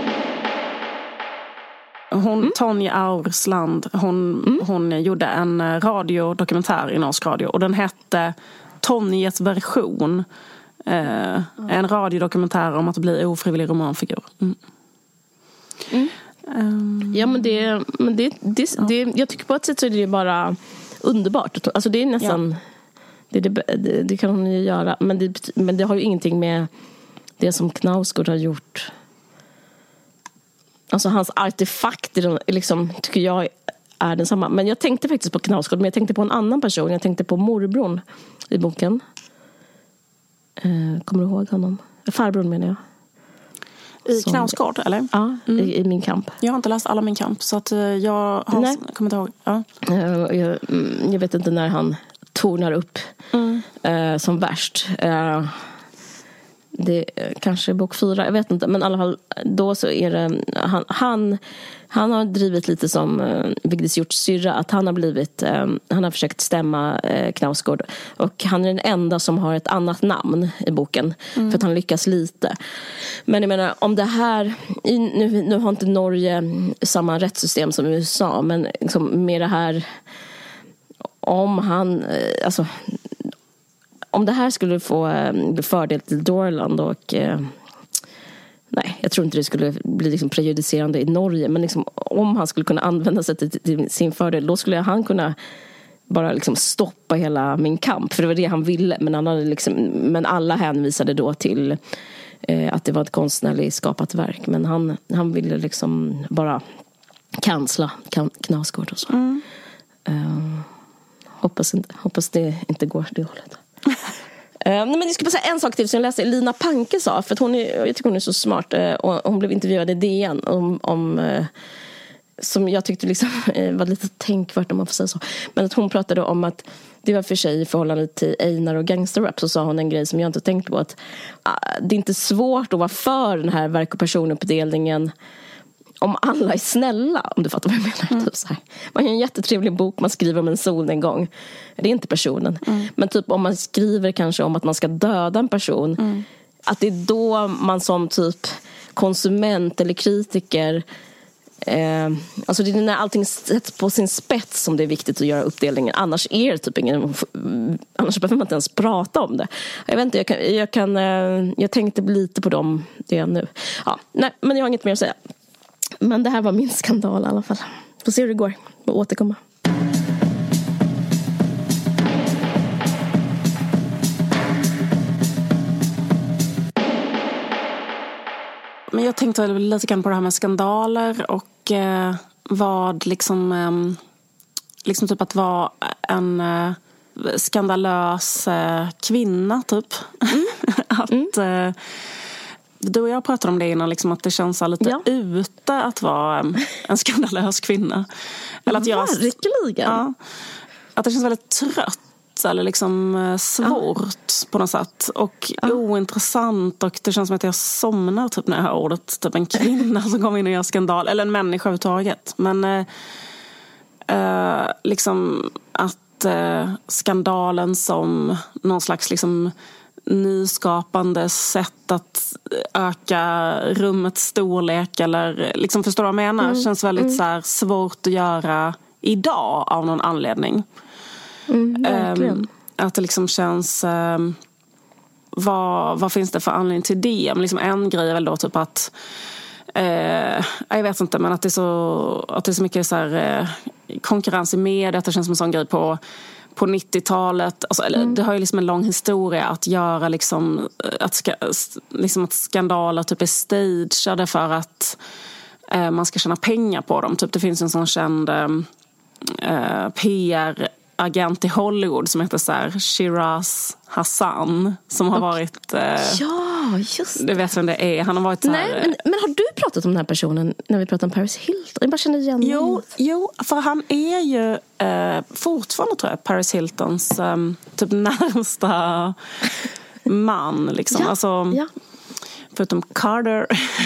Hon, mm. Tonje Aursland, hon, mm. hon gjorde en radiodokumentär i norsk radio. Och den hette Tonjes version. Eh, mm. En radiodokumentär om att bli ofrivillig romanfigur. Mm. Mm. Um, ja, men det, men det, det, ja. det jag tycker på ett sätt så är det bara underbart. Alltså det är nästan ja. det, det, det, det kan hon ju göra, men det, men det har ju ingenting med det som Knausgård har gjort. Alltså hans artefakter liksom, tycker jag är densamma. Men jag tänkte faktiskt på Knausgård, men jag tänkte på en annon person. Jag tänkte på morbrorn i boken. Eh, kommer du ihåg honom? Farbrorn menar jag. I som, Knausgård, eller? Ja, mm. i, i Min kamp. Jag har inte läst alla Min kamp, så att jag har Nej. kommit ihåg. Ja. Uh, jag, jag vet inte när han tornar upp mm. uh, som värst. Uh, det är kanske bok fyra, jag vet inte. Men i alla fall, då så är det... Han, han, han har drivit lite som uh, Vigdis Hjorts syrra, att han har blivit... Uh, han har försökt stämma uh, Knausgård. Och han är den enda som har ett annat namn i boken. Mm. För att han lyckas lite. Men jag menar, om det här... I, nu, nu har inte Norge samma rättssystem som U S A. Men liksom, med det här... Om han... Uh, alltså... Om det här skulle få eh, fördel till Dorland och eh, nej, jag tror inte det skulle bli liksom prejudicerande i Norge, men liksom, om han skulle kunna använda sig till, till sin fördel, då skulle han kunna bara liksom stoppa hela Min kamp, för det var det han ville, men, han hade liksom, men alla hänvisade då till eh, att det var ett konstnärligt skapat verk, men han, han ville liksom bara kansla Knausgård och så. Mm. Uh, hoppas, inte, hoppas det inte går det hållet. uh, nej, men jag ska bara säga en sak till som jag läste. Lina Panke sa, för att hon är, jag tycker hon är så smart, uh, och hon blev intervjuad i D N om, om uh, som jag tyckte liksom uh, var lite tänkvärt, om man får säga så, men att hon pratade om att det var för sig i förhållande till Einar och gangsterrap, så sa hon en grej som jag inte tänkt på, att uh, det är inte svårt att vara för den här verk- och personuppdelningen om alla är snälla, om du fattar vad jag menar. Mm. Typ så här. Man har en jättetrevlig bok, man skriver om en solnedgång. Det är inte personen. Mm. Men typ om man skriver kanske om att man ska döda en person. Mm. Att det är då man som typ konsument eller kritiker... Eh, alltså det är när allting sätts på sin spets som det är viktigt att göra uppdelningen. Annars är det typ ingen... Annars behöver man inte ens prata om det. Jag vet inte, jag, kan, jag, kan, eh, jag tänkte lite på dem det nu. Ja, nej, men jag har inget mer att säga. Men det här var min skandal i alla fall. Får se hur det går. Och återkomma. Men jag tänkte lite grann på det här med skandaler och eh, vad liksom eh, liksom typ att vara en eh, skandalös eh, kvinna typ. Mm. att mm. Eh, du och jag pratade om det innan, liksom att det känns lite ja. ute att vara en, en skandalös kvinna. Eller att göra, verkligen. Ja, att det känns väldigt trött eller liksom svårt ja. på något sätt. Och ja. ointressant, och det känns som att jag somnar typ när jag hör ordet typ en kvinna som kommer in och gör skandal. Eller en människa överhuvudtaget. Men eh, eh, liksom att eh, skandalen som någon slags liksom nyskapande sätt att öka rummets storlek eller liksom, förstår du vad jag menar? Mm. Känns väldigt mm. så här, svårt att göra idag av någon anledning. Mm, verkligen. Um, att det liksom känns um, vad, vad finns det för anledning till det? Men liksom en grej är väl då typ att uh, jag vet inte, men att det är så, att det är så mycket så här, uh, konkurrens i media, att det känns som en sån grej på på nittiotalet, alltså, eller, mm. det har ju liksom en lång historia att göra liksom att, ska, liksom att skandaler typ är stageade för att eh, man ska tjäna pengar på dem. Typ det finns en sån känd eh, P R agent i Hollywood som heter så här Shiraz Hassan, som har varit... Eh, ja, just det. Du vet vem det är. Han har varit så här, Nej, men, men har du pratat om den här personen när vi pratar om Paris Hilton? Jag bara känner igen jo, jo, för han är ju eh, fortfarande, tror jag, Paris Hiltons eh, typ närmsta man. Liksom. Ja, alltså, ja. Förutom Carter.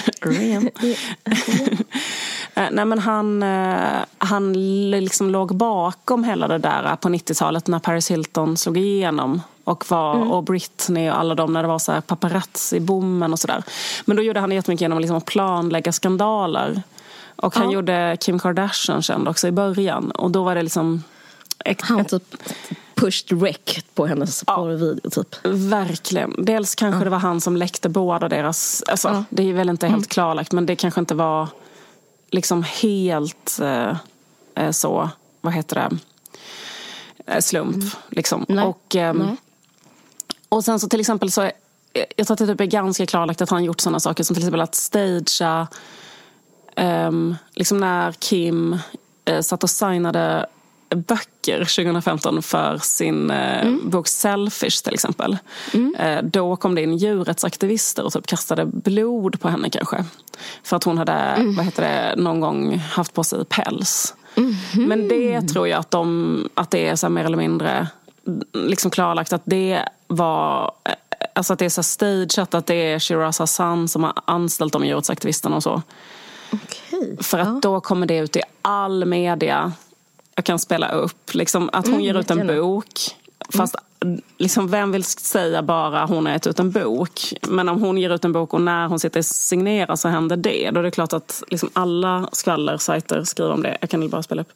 Nej, men han, han liksom låg bakom hela det där på nittiotalet när Paris Hilton slog igenom. Och, var, mm. och Britney och alla dem när det var så här paparazzi-bommen och sådär. Men då gjorde han jättemycket genom liksom att planlägga skandaler. Och han ja. gjorde Kim Kardashian känd också i början. Och då var det liksom... Han typ pushed rec på hennes ja, video typ. Verkligen. Dels kanske ja. det var han som läckte båda deras... Alltså, ja. det är väl inte helt mm. klarlagt, men det kanske inte var liksom helt eh, så, vad heter det, slump. Mm. Liksom. Nej. Och, eh, Nej. och sen så till exempel så, jag tror att det typ är ganska klarlagt att han gjort sådana saker som till exempel att stagea eh, liksom när Kim eh, satt och signade böcker tjugo femton för sin eh, mm. bok Selfish till exempel. Mm. Eh, då kom det in djurrättsaktivister och typ kastade blod på henne kanske. För att hon hade, mm. vad heter det, någon gång haft på sig päls. Mm. Men det tror jag att, de, att det är så mer eller mindre liksom klarlagt att det var, alltså att det är så stageat, att det är Shiraz Hassan som har anställt de djurrättsaktivisterna och så. Okay. För att ja. då kommer det ut i all media. Jag kan spela upp liksom, att hon mm, ger ut en bok. Fast mm. liksom, vem vill säga bara hon har gett ut en bok? Men om hon ger ut en bok och när hon sitter och signerar så händer det. Då är det klart att liksom, alla skvallersajter skriver om det. Jag kan bara spela upp.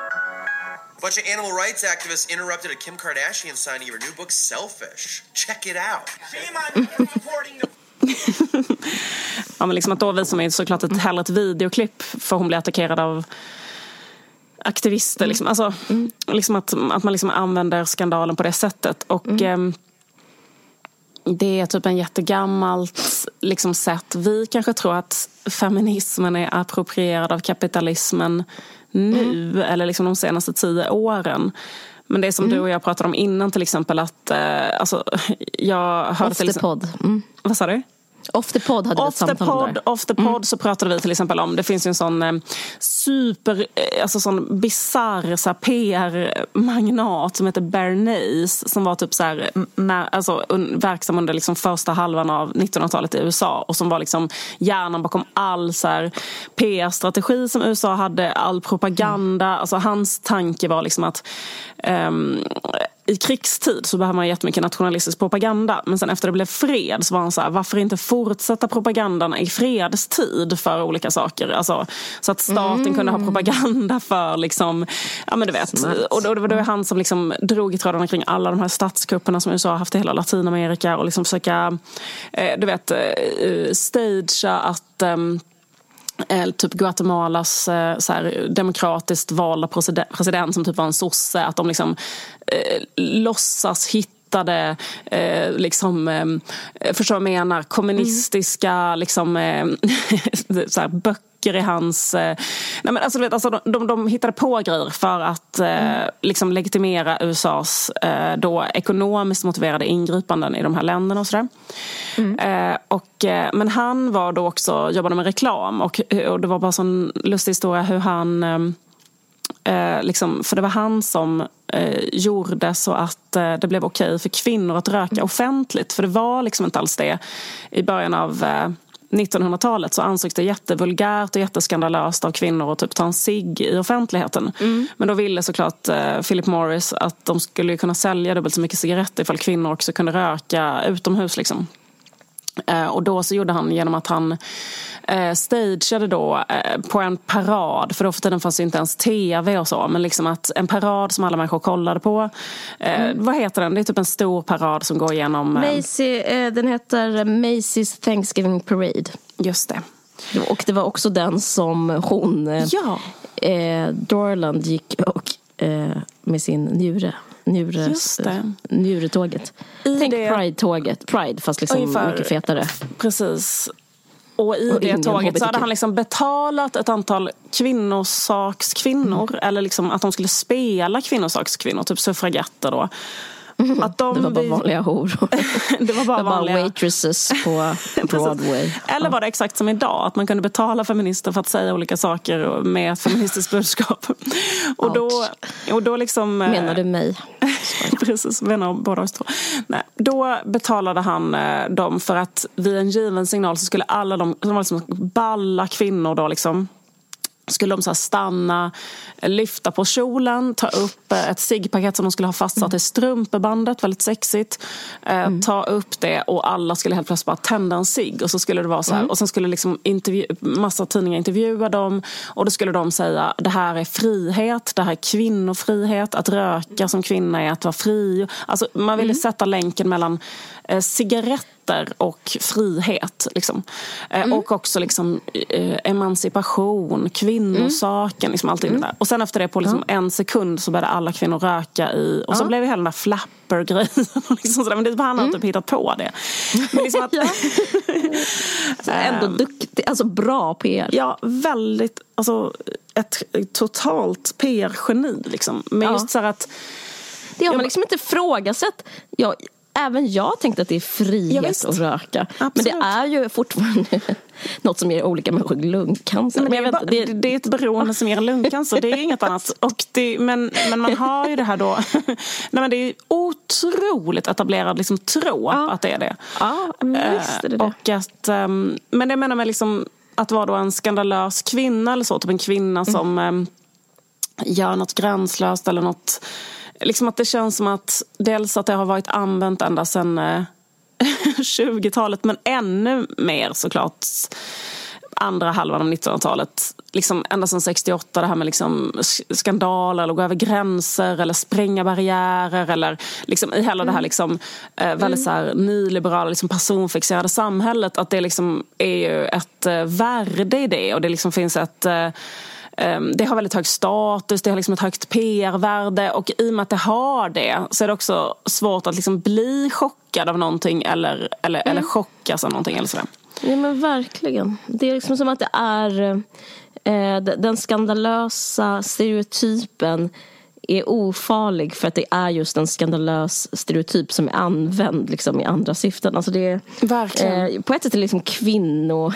A bunch of animal rights activists interrupted a Kim Kardashian signing of her new book Selfish. Check it out. Shame on supporting the... ja, men liksom att då visar man ju såklart ett, hellre ett videoklipp för hon blir attackerad av aktivister. Liksom. Alltså, mm. liksom att, att man liksom använder skandalen på det sättet. Och mm. eh, det är typ en jättegammalt liksom, sätt. Vi kanske tror att feminismen är approprierad av kapitalismen nu. Mm. Eller liksom de senaste tio åren. Men det som mm. du och jag pratade om innan till exempel att eh, alltså, jag hörde till exempel... Mm. Vad sa du? Off the pod hade vi ett samtal där. Off the pod mm. så pratade vi till exempel om, det finns ju en sån eh, super, eh, alltså sån bizarr så här, P R-magnat som heter Bernays som var typ så här, när, alltså, un, verksam under liksom första halvan av nittonhundratalet i U S A och som var liksom hjärnan bakom all så här, P R-strategi som U S A hade, all propaganda, mm. alltså hans tanke var liksom att ehm, i krigstid så behöver man jättemycket nationalistisk propaganda. Men sen efter det blev fred så var han så här, varför inte fortsätta propagandan i fredstid för olika saker? Alltså, så att staten mm. kunde ha propaganda för liksom, ja men du vet. Smart. Och då, det var då han som liksom drog i trådarna kring alla de här statskupperna som U S A har haft i hela Latinamerika och liksom försöka, eh, du vet, eh, stagea att... Eh, typ Guatemalas så här, demokratiskt valda president som typ var en sosse, att de liksom eh, låtsas hittade eh, liksom eh, förstår jag menar kommunistiska mm. liksom eh, så här, böcker i hans eh, nej men alltså, vet, alltså de, de, de hittade på grejer för att eh, mm. liksom legitimera U S A:s eh, då ekonomiskt motiverade ingripanden i de här länderna och sådär. Mm. Eh, och, eh, men han var då också, jobbade med reklam och, och det var bara sån lustig historia hur han eh, liksom, för det var han som eh, gjorde så att eh, det blev okej för kvinnor att röka mm. offentligt, för det var liksom inte alls det i början av eh, nittonhundratalet så ansågs det jättevulgärt och jätteskandalöst av kvinnor att typ ta en cigg i offentligheten. Mm. Men då ville såklart eh, Philip Morris att de skulle kunna sälja dubbelt så mycket cigaretter ifall kvinnor också kunde röka utomhus liksom. Eh, och då så gjorde han genom att han eh, stageade då eh, på en parad, för då för tiden fanns ju inte ens tv och så, men liksom att en parad som alla människor kollade på. Eh, mm. Vad heter den? Det är typ en stor parad som går igenom... Eh, Macy, eh, den heter Macy's Thanksgiving Parade. Just det. Och det var också den som hon, eh, ja. eh, Dorland gick och, eh, med sin njure. Njures, njuretåget. I Tänk det... Pride-tåget. Pride, fast liksom ungefär, mycket fetare. Precis. Och i och det tåget så hade han liksom betalat ett antal kvinnosakskvinnor mm. eller liksom att de skulle spela kvinnosakskvinnor, typ suffragetter då. Mm. Att de det var bara vanliga horor. Det var bara, det var vanliga bara waitresses på Broadway. Eller var det exakt som idag, att man kunde betala feminister för att säga olika saker med ett feministiskt budskap. Och då, och då liksom... Menar du mig? Precis, menar båda oss två. Nej, då betalade han dem för att vid en given signal så skulle alla de, de var liksom balla kvinnor då liksom, skulle de så här stanna, lyfta på kjolen, ta upp ett ciggpaket som de skulle ha fastsatt i strumpebandet, väldigt sexigt, mm. ta upp det och alla skulle helt plötsligt bara tända en cigg och så skulle det vara så här, mm. och sen skulle liksom intervju, massa tidningar intervjua dem och då skulle de säga, det här är frihet, det här är kvinnofrihet, att röka som kvinna är att vara fri. Alltså man ville mm. sätta länken mellan eh, cigaretter och frihet liksom. Eh, mm. och också liksom eh, emancipation, kvinnosaken mm. liksom allting mm. där. Och sen efter det på liksom ja. en sekund så började alla kvinnor röka i och så ja. blev det hela den där flapper-grejen liksom sådär. Men det var han mm. typ hittat på det. Men liksom att så ändå duktig, alltså bra P R. Ja, väldigt, alltså ett totalt P R-geni liksom. Men ja. just så här att det har man liksom inte frågasett. Jag Även jag tänkte att det är frihet ja, att röka. Absolut. Men det är ju fortfarande något som ger olika människor lungcancer. Men det, är bara, det, det är ett beroende som ger lungcancer. Det är inget annat. Och det, men, men man har ju det här då... Nej, men det är otroligt etablerad liksom, tro ja. att det är det. Ja, visst är det det. Och att, um, men det menar med liksom, att vara då en skandalös kvinna eller så. Typ en kvinna mm. som um, gör något gränslöst eller något... Liksom att det känns som att dels att det har varit använt ända sedan eh, tjugotalet men ännu mer såklart andra halvan av nittonhundratalet. Liksom ända sedan sextioåtta det här med liksom skandaler eller gå över gränser eller spränga barriärer eller liksom i hela mm. det här liksom eh, väldigt så här nyliberala liksom personfixerade samhället att det liksom är ju ett eh, värde i det och det liksom finns ett eh, det har väldigt hög status, det har liksom ett högt P R-värde och i och med att det har det så är det också svårt att liksom bli chockad av någonting eller, eller, mm. eller chockas av någonting eller sådär. Ja men verkligen. Det är liksom som att det är eh, den skandalösa stereotypen är ofarlig för att det är just en skandalös stereotyp som är använd liksom, i andra syften. Alltså det är, verkligen. Eh, på ett sätt är det liksom kvinnor...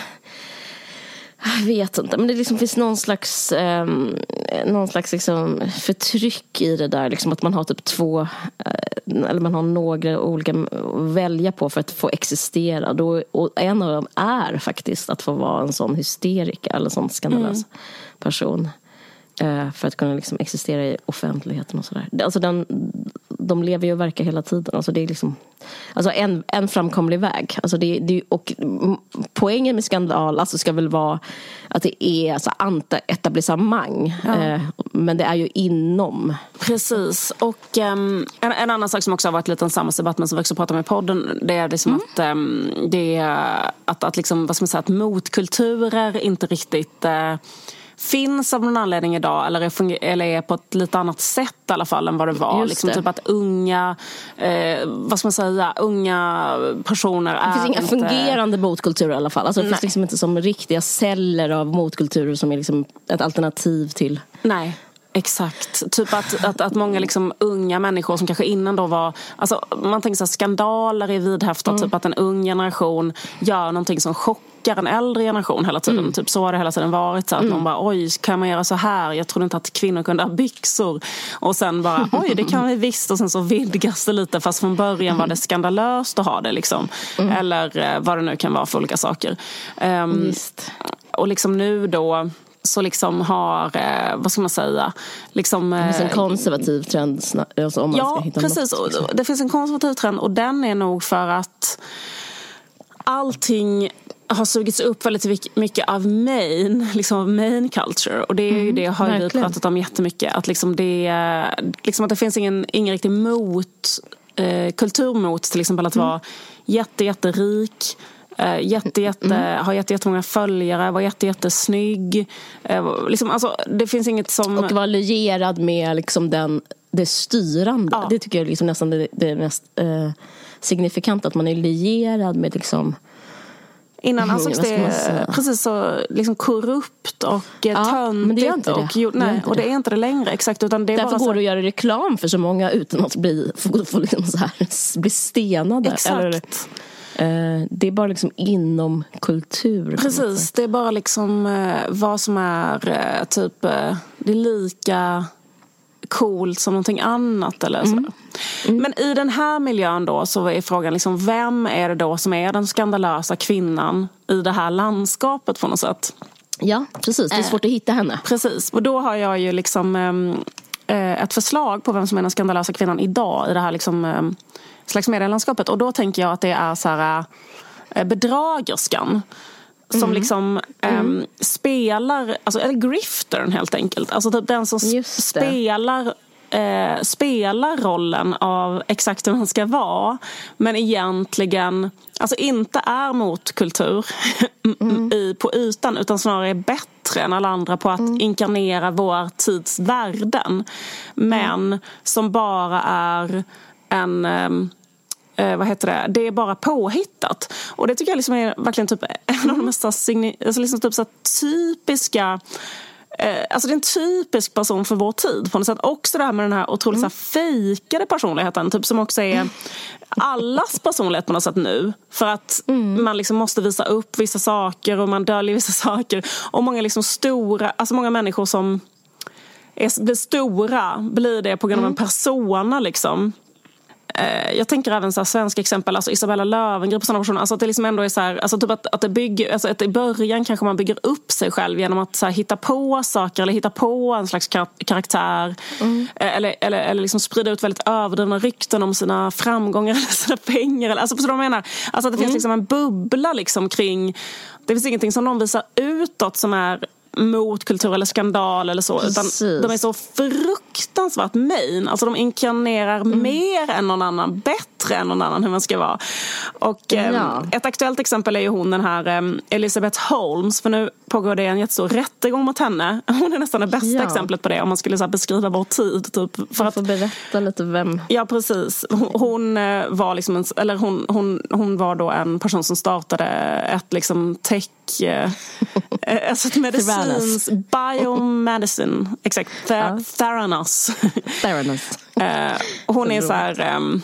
Jag vet inte, men det liksom finns någon slags eh, någon slags liksom förtryck i det där liksom att man har typ två eh, eller man har några olika att välja på för att få existera då, och en av dem är faktiskt att få vara en sån hysterika eller en sån skandalös mm. person eh, för att kunna liksom existera i offentligheten och sådär. Alltså den, de lever ju och verkar hela tiden. Alltså det är liksom alltså en, en framkomlig väg. Alltså det, det, och poängen med skandal alltså ska väl vara att det är alltså anti-etablissemang. Ja. Eh, men det är ju inom. Precis. Och um, en, en annan sak som också har varit lite en samhällsdebatt men som vi också pratar med i podden det är liksom mm. att um, det är att, att liksom, vad ska man säga, att motkulturer inte riktigt... Uh, finns av någon anledning idag eller är, funger- eller är på ett lite annat sätt i alla fall än vad det var. Liksom det. Typ att unga, eh, vad ska man säga, unga personer är det finns inga inte... fungerande motkulturer i alla fall. Alltså det Nej. finns liksom inte som riktiga celler av motkulturer som är liksom ett alternativ till... Nej. Exakt. Typ att, att, att många liksom unga människor som kanske innan då var... Alltså man tänker så här, skandaler är vidhäftat. Mm. Typ att en ung generation gör någonting som chockar en äldre generation hela tiden. Mm. Typ så har det hela tiden varit. Så att mm. man bara, oj, kan man göra så här? Jag trodde inte att kvinnor kunde ha byxor. Och sen bara, oj, det kan vi visst. Och sen så vidgas det lite. Fast från början var det skandalöst att ha det liksom. Mm. Eller eh, vad det nu kan vara för olika saker. Um, Visst. Och liksom nu då... så liksom har, eh, vad ska man säga liksom, eh, det finns en konservativ trend alltså om man ja, ska hitta precis. något, liksom. Det finns en konservativ trend och den är nog för att allting har sugits upp väldigt mycket av main, liksom av main culture och det är ju mm, det har verkligen. Vi pratat om jättemycket att liksom det, liksom att det finns ingen, ingen riktig mot eh, kultur mot till exempel att mm. vara jätte, jätterik Uh, jätte, jätte, mm. har jätte, jättemånga följare, var jätte, jättesnygg. Uh, liksom, alltså, det finns inget som... Och vara lierad med liksom den, det styrande. Ja. Det tycker jag är liksom nästan det, det mest uh, signifikant att man är lierad med liksom Innan Mm, ansågs vad ska det man säga? precis så liksom korrupt och ja, töntigt. men det är inte det. Och, jo, nej, Det är inte och det det. är inte det längre, exakt. Utan det är Därför bara går så, det att göra reklam för så många utan att bli, få, få liksom så här, bli stenade. exakt. Eller, eh, det är bara liksom inom kultur. Precis, det är bara liksom eh, vad som är eh, typ, eh, det är lika coolt som någonting annat eller sådär. Mm. Men i den här miljön då så är frågan liksom, vem är det då som är den skandalösa kvinnan i det här landskapet på något sätt? Ja, precis. Det är svårt att hitta henne. Precis, och då har jag ju liksom eh, ett förslag på vem som är den skandalösa kvinnan idag i det här liksom, eh, slags medielandskapet. Och då tänker jag att det är så här eh, bedragerskan som mm. liksom eh, mm. spelar, alltså, eller griftern helt enkelt. Alltså typ den som spelar eh, spelar rollen av exakt hur han ska vara, men egentligen alltså inte är motkultur mm. i, på ytan, utan snarare är bättre än alla andra på att mm. inkarnera vår tids värden, men mm. som bara är en eh, vad heter det? Det är bara påhittat. Och det tycker jag liksom är verkligen typ en av de mest signi- alltså liksom typ så typiska eh, alltså det är en typisk person för vår tid på något sätt. Också det här med den här otroligt mm. så här fejkade personligheten typ, som också är allas personlighet på något sätt nu. För att mm. man liksom måste visa upp vissa saker och man döljer vissa saker. Och många liksom stora, alltså många människor som är, blir stora blir det på grund av mm. en persona liksom. Jag tänker även så här svenska exempel, alltså Isabella Löwengrip och sådana personer, alltså att det liksom ändå är så här, alltså typ att, att det bygger, alltså att i början kanske man bygger upp sig själv genom att så här hitta på saker eller hitta på en slags karaktär mm. eller, eller, eller liksom sprida ut väldigt överdrivna rykten om sina framgångar eller sina pengar, eller, alltså på så de menar, alltså att det mm. finns liksom en bubbla liksom kring, det finns ingenting som någon visar utåt som är motkultur eller skandal eller så. Precis. Utan de är så fruktansvärt main. Alltså de inkarnerar mm. mer än någon annan, bättre än någon annan hur man ska vara. Och ja. eh, ett aktuellt exempel är ju hon, den här eh, Elizabeth Holmes, för nu pågår det en jättestor rättegång mot henne. Hon är nästan det bästa ja. exemplet på det, om man skulle så här, beskriva vår tid typ, för att få berätta lite vem. Ja, precis. Hon, hon var liksom en, eller hon, hon, hon var då en person som startade ett liksom tech eh, alltså ett medicins biomedicine, exakt, Ther- ja. Theranos. Theranos. eh, hon är så här um,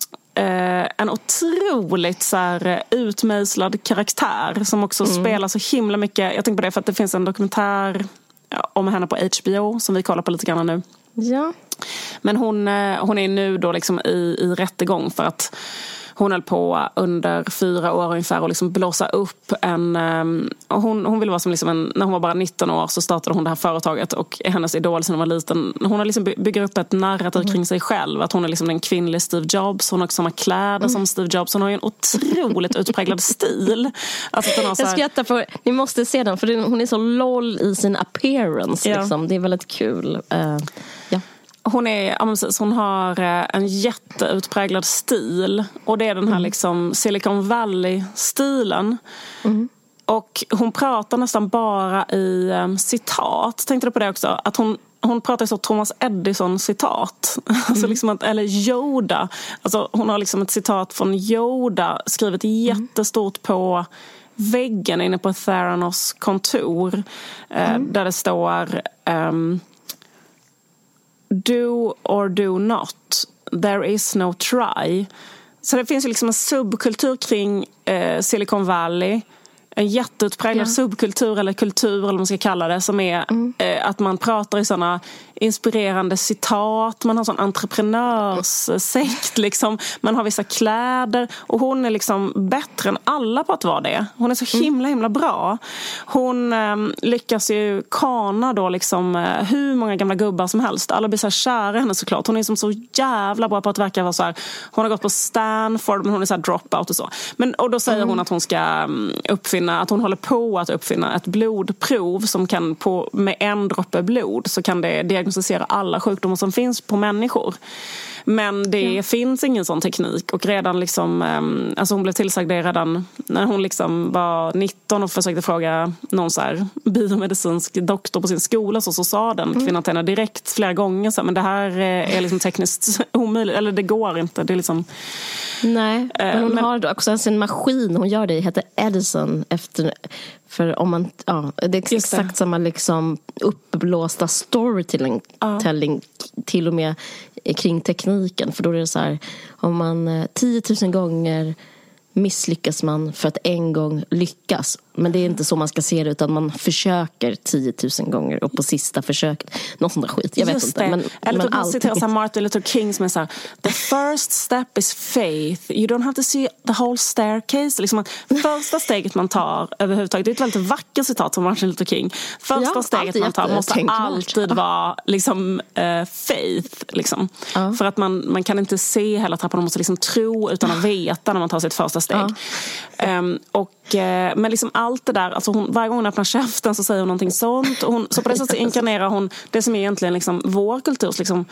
eh, en otroligt så här utmejslad karaktär som också mm. spelar så himla mycket. Jag tänker på det för att det finns en dokumentär om henne på H B O som vi kollar på lite grann nu. Ja. Men hon, hon är nu då liksom i, i rättegång för att hon höll på under fyra år ungefär och liksom blåsa upp en... Och hon, hon ville vara som liksom en... När hon var bara nitton år så startade hon det här företaget, och hennes idol sen hon var liten... Hon har liksom bygger upp ett narrativ mm. kring sig själv. Att hon är liksom den kvinnliga Steve Jobs. Hon har samma kläder mm. som Steve Jobs. Hon har ju en otroligt utpräglad stil. Alltså, den har så här... Jag skrattar för... Ni måste se den, för hon är så lol i sin appearance. Ja. Liksom. Det är väldigt kul. Uh, ja. Hon, är, ja, precis, hon har en jätteutpräglad stil. Och det är den här mm. liksom Silicon Valley-stilen. Mm. Och hon pratar nästan bara i um, citat. Tänkte du på det också? Att hon, hon pratar så Thomas Edison-citat. Mm. Alltså liksom att, eller Yoda. Alltså hon har liksom ett citat från Yoda skrivet jättestort på väggen inne på Theranos kontor. Mm. Eh, där det står... Um, Do or do not. There is no try. Så det finns ju liksom en subkultur kring eh, Silicon Valley. En jätteutpräglad ja. subkultur eller kultur eller vad man ska kalla det, som är mm. eh, att man pratar i såna inspirerande citat, man har sån entreprenörssekt liksom, man har vissa kläder, och hon är liksom bättre än alla på att vara det. Hon är så himla himla bra. Hon eh, lyckas ju kana då liksom eh, hur många gamla gubbar som helst. Alla blir så här kära henne såklart. Hon är som så jävla bra på att verka vara så här. Hon har gått på Stanford, men hon är så här dropout och så. Men, och då säger mm. hon att hon ska um, uppfinna uppfinna, att hon håller på att uppfinna ett blodprov som kan på, med en droppe blod så kan det diagnostisera alla sjukdomar som finns på människor. Men det ja. finns ingen sån teknik och redan liksom, alltså hon blev tillsagd det redan när hon liksom var nitton och försökte fråga någon så här biomedicinsk doktor på sin skola, så, så sa den kvinnan mm. till henne direkt flera gånger så, men det här är liksom tekniskt omöjligt, eller det går inte, det är liksom... Nej, men hon men, har då också en maskin, hon gör det, heter Edison efter, för om man, ja, det är exakt det. Samma liksom uppblåsta storytelling ja. telling, till och med kring tekniken, för då är det så här, om man tiotusen gånger misslyckas man för att en gång lyckas. Men det är inte så man ska se det, utan man försöker tiotusen gånger och på sista försöket något sånt där skit, jag vet Just inte det. men, eller men typ man citerar så Martin Luther King som är så här: the first step is faith, you don't have to see the whole staircase, liksom att första steget man tar överhuvudtaget, det är ett väldigt vackert citat som Martin Luther King, första ja, steget man tar måste alltid vara liksom uh, faith liksom. Ja. För att man, man kan inte se hela trappan, man måste liksom tro utan att veta när man tar sitt första steg. Ja. Um, och men liksom allt det där, alltså hon, varje gång hon öppnar käften så säger hon någonting sånt, och hon, så på det sättet inkarnerar hon det som är egentligen liksom vår kulturs liksom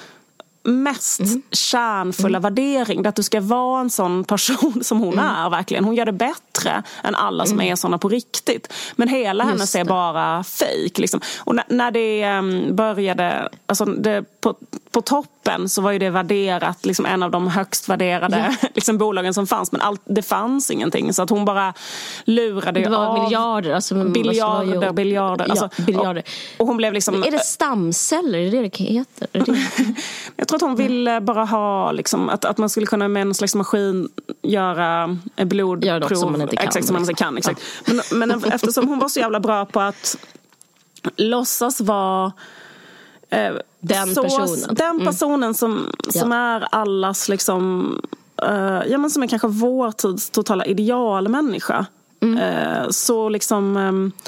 mest mm. kärnfulla mm. värdering, det att du ska vara en sån person som hon mm. är verkligen. Hon gör det bättre än alla som mm. är såna på riktigt. Men hela Just hennes är bara fake liksom. Och när, när det um, började, alltså det, på, på toppen så var ju det värderat liksom en av de högst värderade ja. liksom bolagen som fanns, men allt, det fanns ingenting, så att hon bara lurade det var av miljarder, alltså biljarder, ju... biljarder, alltså, ja, biljarder. Och, och hon blev liksom, är det stamceller, är det det heter? Är det... Jag tror att hon ville bara ha liksom, att, att man skulle kunna med en slags maskin göra blodprov. Göra något som man inte kan. Exakt, som man inte kan. Exakt. Ja. Men, men eftersom hon var så jävla bra på att låtsas vara eh, den så, personen. Den personen mm. som, som ja. är allas liksom, eh, ja, men som är kanske vår tids totala idealmänniska. Mm. Eh, så liksom... Eh,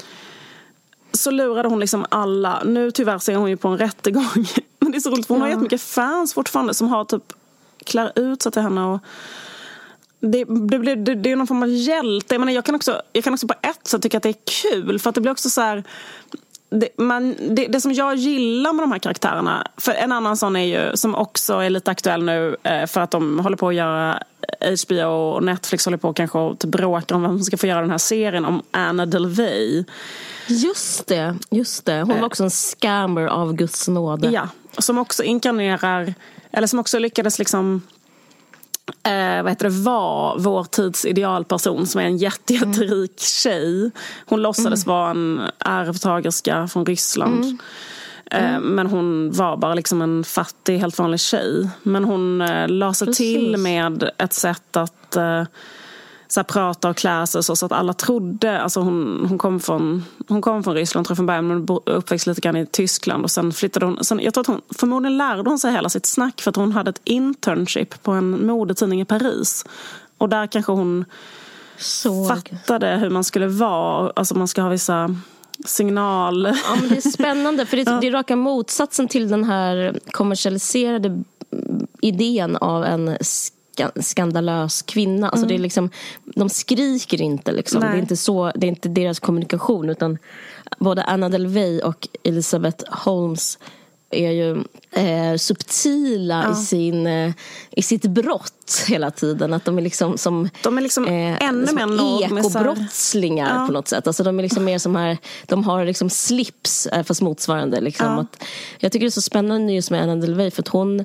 så lurade hon liksom alla. Nu tyvärr ser hon ju på en rättegång. Men det är så roligt, för hon ja. har jättemycket fans fortfarande som har typ klär ut sig till henne. Och det, det, det, det, det är någon form av hjälte. Jag menar, jag kan också, jag kan också på ett sätt tycka att det är kul. För att det blir också så här... Det, man, det, det som jag gillar med de här karaktärerna, för en annan sån är ju, som också är lite aktuell nu eh, för att de håller på att göra, H B O och Netflix håller på kanske att bråka om vem som ska få göra den här serien om Anna Delvey. Just det, just det. Hon var också en scammer av Guds nåde. Ja, som också inkarnerar, eller som också lyckades liksom Eh, vad heter det, var vår tids idealperson, som är en jätte, jätterik tjej. Hon låtsades mm. vara en ärvtagerska från Ryssland. Mm. Eh, mm. Men hon var bara liksom en fattig, helt vanlig tjej. Men hon eh, la sig till med ett sätt att eh, så här, prata och klä sig så, så att alla trodde, alltså hon, hon, kom från, hon kom från Ryssland, tror jag, från början, men uppväxt lite grann i Tyskland, och sen flyttade hon, sen, jag tror att hon, förmodligen lärde hon sig hela sitt snack för att hon hade ett internship på en modetidning i Paris, och där kanske hon så fattade hur man skulle vara, alltså man ska ha vissa signal. Ja, men det är spännande, för det, ja. det är raka motsatsen till den här kommersialiserade idén av en skandalös kvinna. Alltså mm. det är liksom, de skriker inte liksom. Det är inte så, det är inte deras kommunikation, utan både Anna Delvey och Elizabeth Holmes är ju eh, subtila ja. i sin eh, i sitt brott hela tiden, att de är liksom som de är liksom eh, ännu mer ekobrottslingar ja. på något sätt. Alltså de är liksom mer som här, de har liksom slips eh, fast motsvarande liksom. Ja. Att, jag tycker det är så spännande just med Anna Delvey, för att hon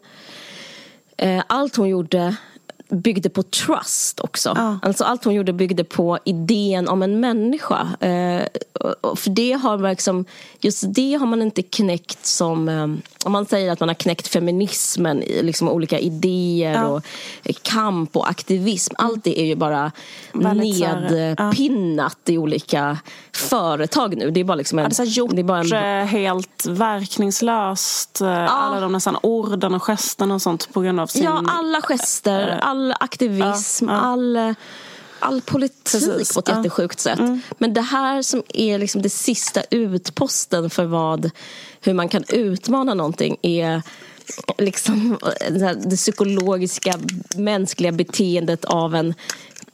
eh, allt hon gjorde byggde på trust också. Ja. Alltså allt hon gjorde byggde på idén om en människa. Eh, och för det har liksom, just det har man inte knäckt som, eh, om man säger att man har knäckt feminismen, liksom olika idéer ja. och kamp och aktivism. Allt det är ju bara Väldigt nedpinnat ja. i olika företag nu. Det är bara liksom en, ja, det är gjort det är bara en, helt verkningslöst. Ja. Alla de nästan orden och gesterna och sånt på grund av sin... Ja, alla gester, all aktivism, ja, ja. all all politik. Precis, på ett ja. jättesjukt sätt. Mm. Men det här som är liksom det sista utposten för vad, hur man kan utmana någonting, är liksom det psykologiska mänskliga beteendet av en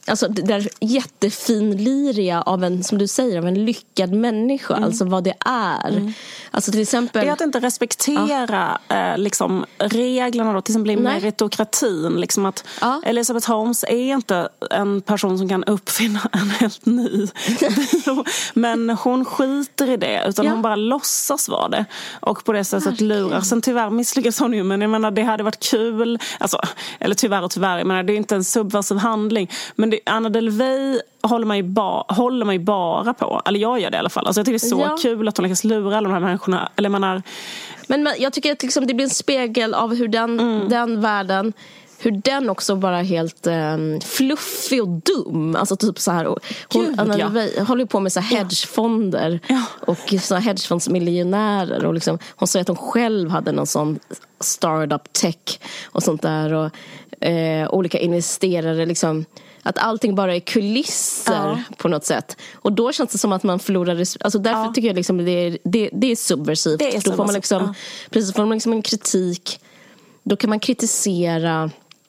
Alltså det där jättefinliriga av en, som du säger, av en lyckad människa. Mm. Alltså vad det är. Mm. Alltså till exempel... Det är att inte respektera ja. eh, liksom, reglerna då, till exempel i meritokratin. Liksom att ja. Elizabeth Holmes är inte en person som kan uppfinna en helt ny bio. Men hon skiter i det, utan ja. Hon bara låtsas vara det. Och på det sättet lurar. Sen tyvärr misslyckas hon ju, men jag menar, det hade varit kul. Alltså, eller tyvärr och tyvärr, jag menar, det är inte en subversiv handling. Men det, Anna Delvey håller man, ju ba, håller man ju bara på. Eller jag gör det i alla fall. Alltså jag tycker det är så ja. Kul att hon lyckas lura alla de här människorna. Eller man är... men, men jag tycker att liksom, det blir en spegel av hur den, mm. den världen, hur den också bara är helt um, fluffig och dum. Alltså typ så här. Hon, Gud, Anna ja. Delvey håller på med så här hedgefonder ja. Och så här hedgefondsmiljonärer. Och liksom, hon säger att hon själv hade någon sån startup tech och sånt där. Och eh, olika investerare liksom. Att allting bara är kulisser ja. På något sätt. Och då känns det som att man förlorar... Alltså därför ja. Tycker jag liksom det är, det, det är subversivt. Det är subversivt. Då får man liksom, ja. Precis, får man liksom en kritik. Då kan man kritisera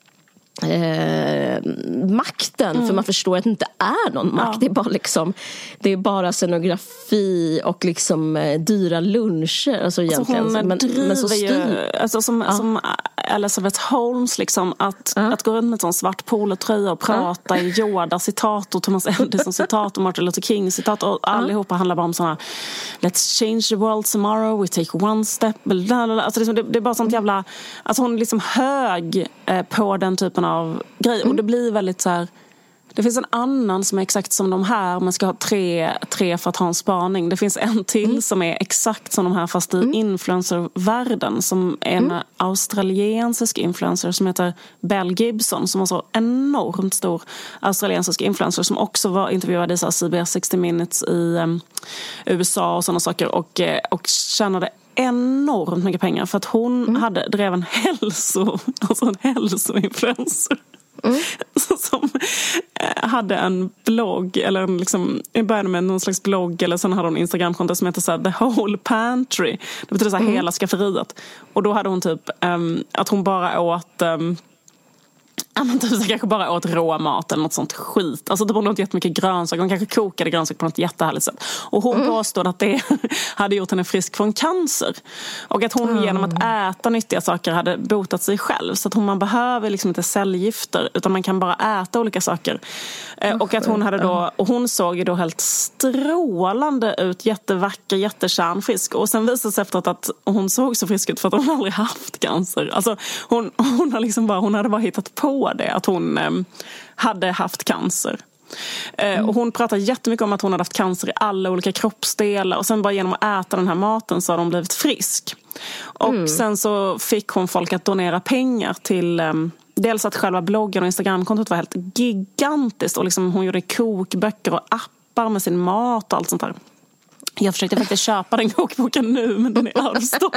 eh, makten. Mm. För man förstår att det inte är någon makt. Ja. Det är bara liksom... Det är bara scenografi och liksom eh, dyra luncher. Alltså egentligen. Alltså hon men, driver men så styr. ju... Alltså som... Ja. som Elizabeth Holmes liksom, att, ja. Att gå runt med en sån svart polotröja och prata ja. I Yoda-citat och Thomas Edison-citat och Martin Luther King-citat och ja. Allihopa handlar bara om såna let's change the world tomorrow, we take one step, alltså liksom, det, det är bara sånt jävla, alltså hon är liksom hög eh, på den typen av grej mm. och det blir väldigt så här. Det finns en annan som är exakt som de här. Man ska ha tre, tre för att ha en spaning. Det finns en till mm. som är exakt som de här fast i mm. influencervärlden. Som är en mm. australiensisk influencer som heter Belle Gibson. Som var så enormt stor australiensisk influencer. Som också var intervjuad i C B S sextio minutes i um, U S A och sådana saker. Och, och tjänade enormt mycket pengar. För att hon mm. hade, drev en hälso, alltså en hälsoinfluencer. Mm. Som hade en blogg eller en liksom, jag började med någon slags blogg eller sen hade hon Instagramkonto som heter så här, The Whole Pantry. Det betyder så här, mm. hela skafferiet. Och då hade hon typ um, att hon bara åt um, ja, men typ, kanske bara åt rå mat eller något sånt skit. Alltså det var nog jättemycket grönsaker. Hon kanske kokade grönsaker på något jättehärligt sätt. Och hon mm. påstod att det hade gjort henne frisk från cancer. Och att hon mm. genom att äta nyttiga saker hade botat sig själv. Så att hon, man behöver liksom inte cellgifter utan man kan bara äta olika saker. Mm. Och att hon hade då, och hon såg ju då helt strålande ut, jättevacker, jättekärnfrisk. Och sen visade sig efteråt att hon såg så frisk ut för att hon aldrig haft cancer. Alltså hon, hon, har liksom bara, hon hade bara hittat på det, att hon eh, hade haft cancer. Eh, mm. Och hon pratade jättemycket om att hon hade haft cancer i alla olika kroppsdelar och sen bara genom att äta den här maten så har hon blivit frisk. Och mm. sen så fick hon folk att donera pengar till eh, dels att själva bloggen och Instagramkontot var helt gigantiskt och liksom hon gjorde kokböcker och appar med sin mat och allt sånt där. Jag försökte faktiskt köpa den kokboken nu, men den är avstock.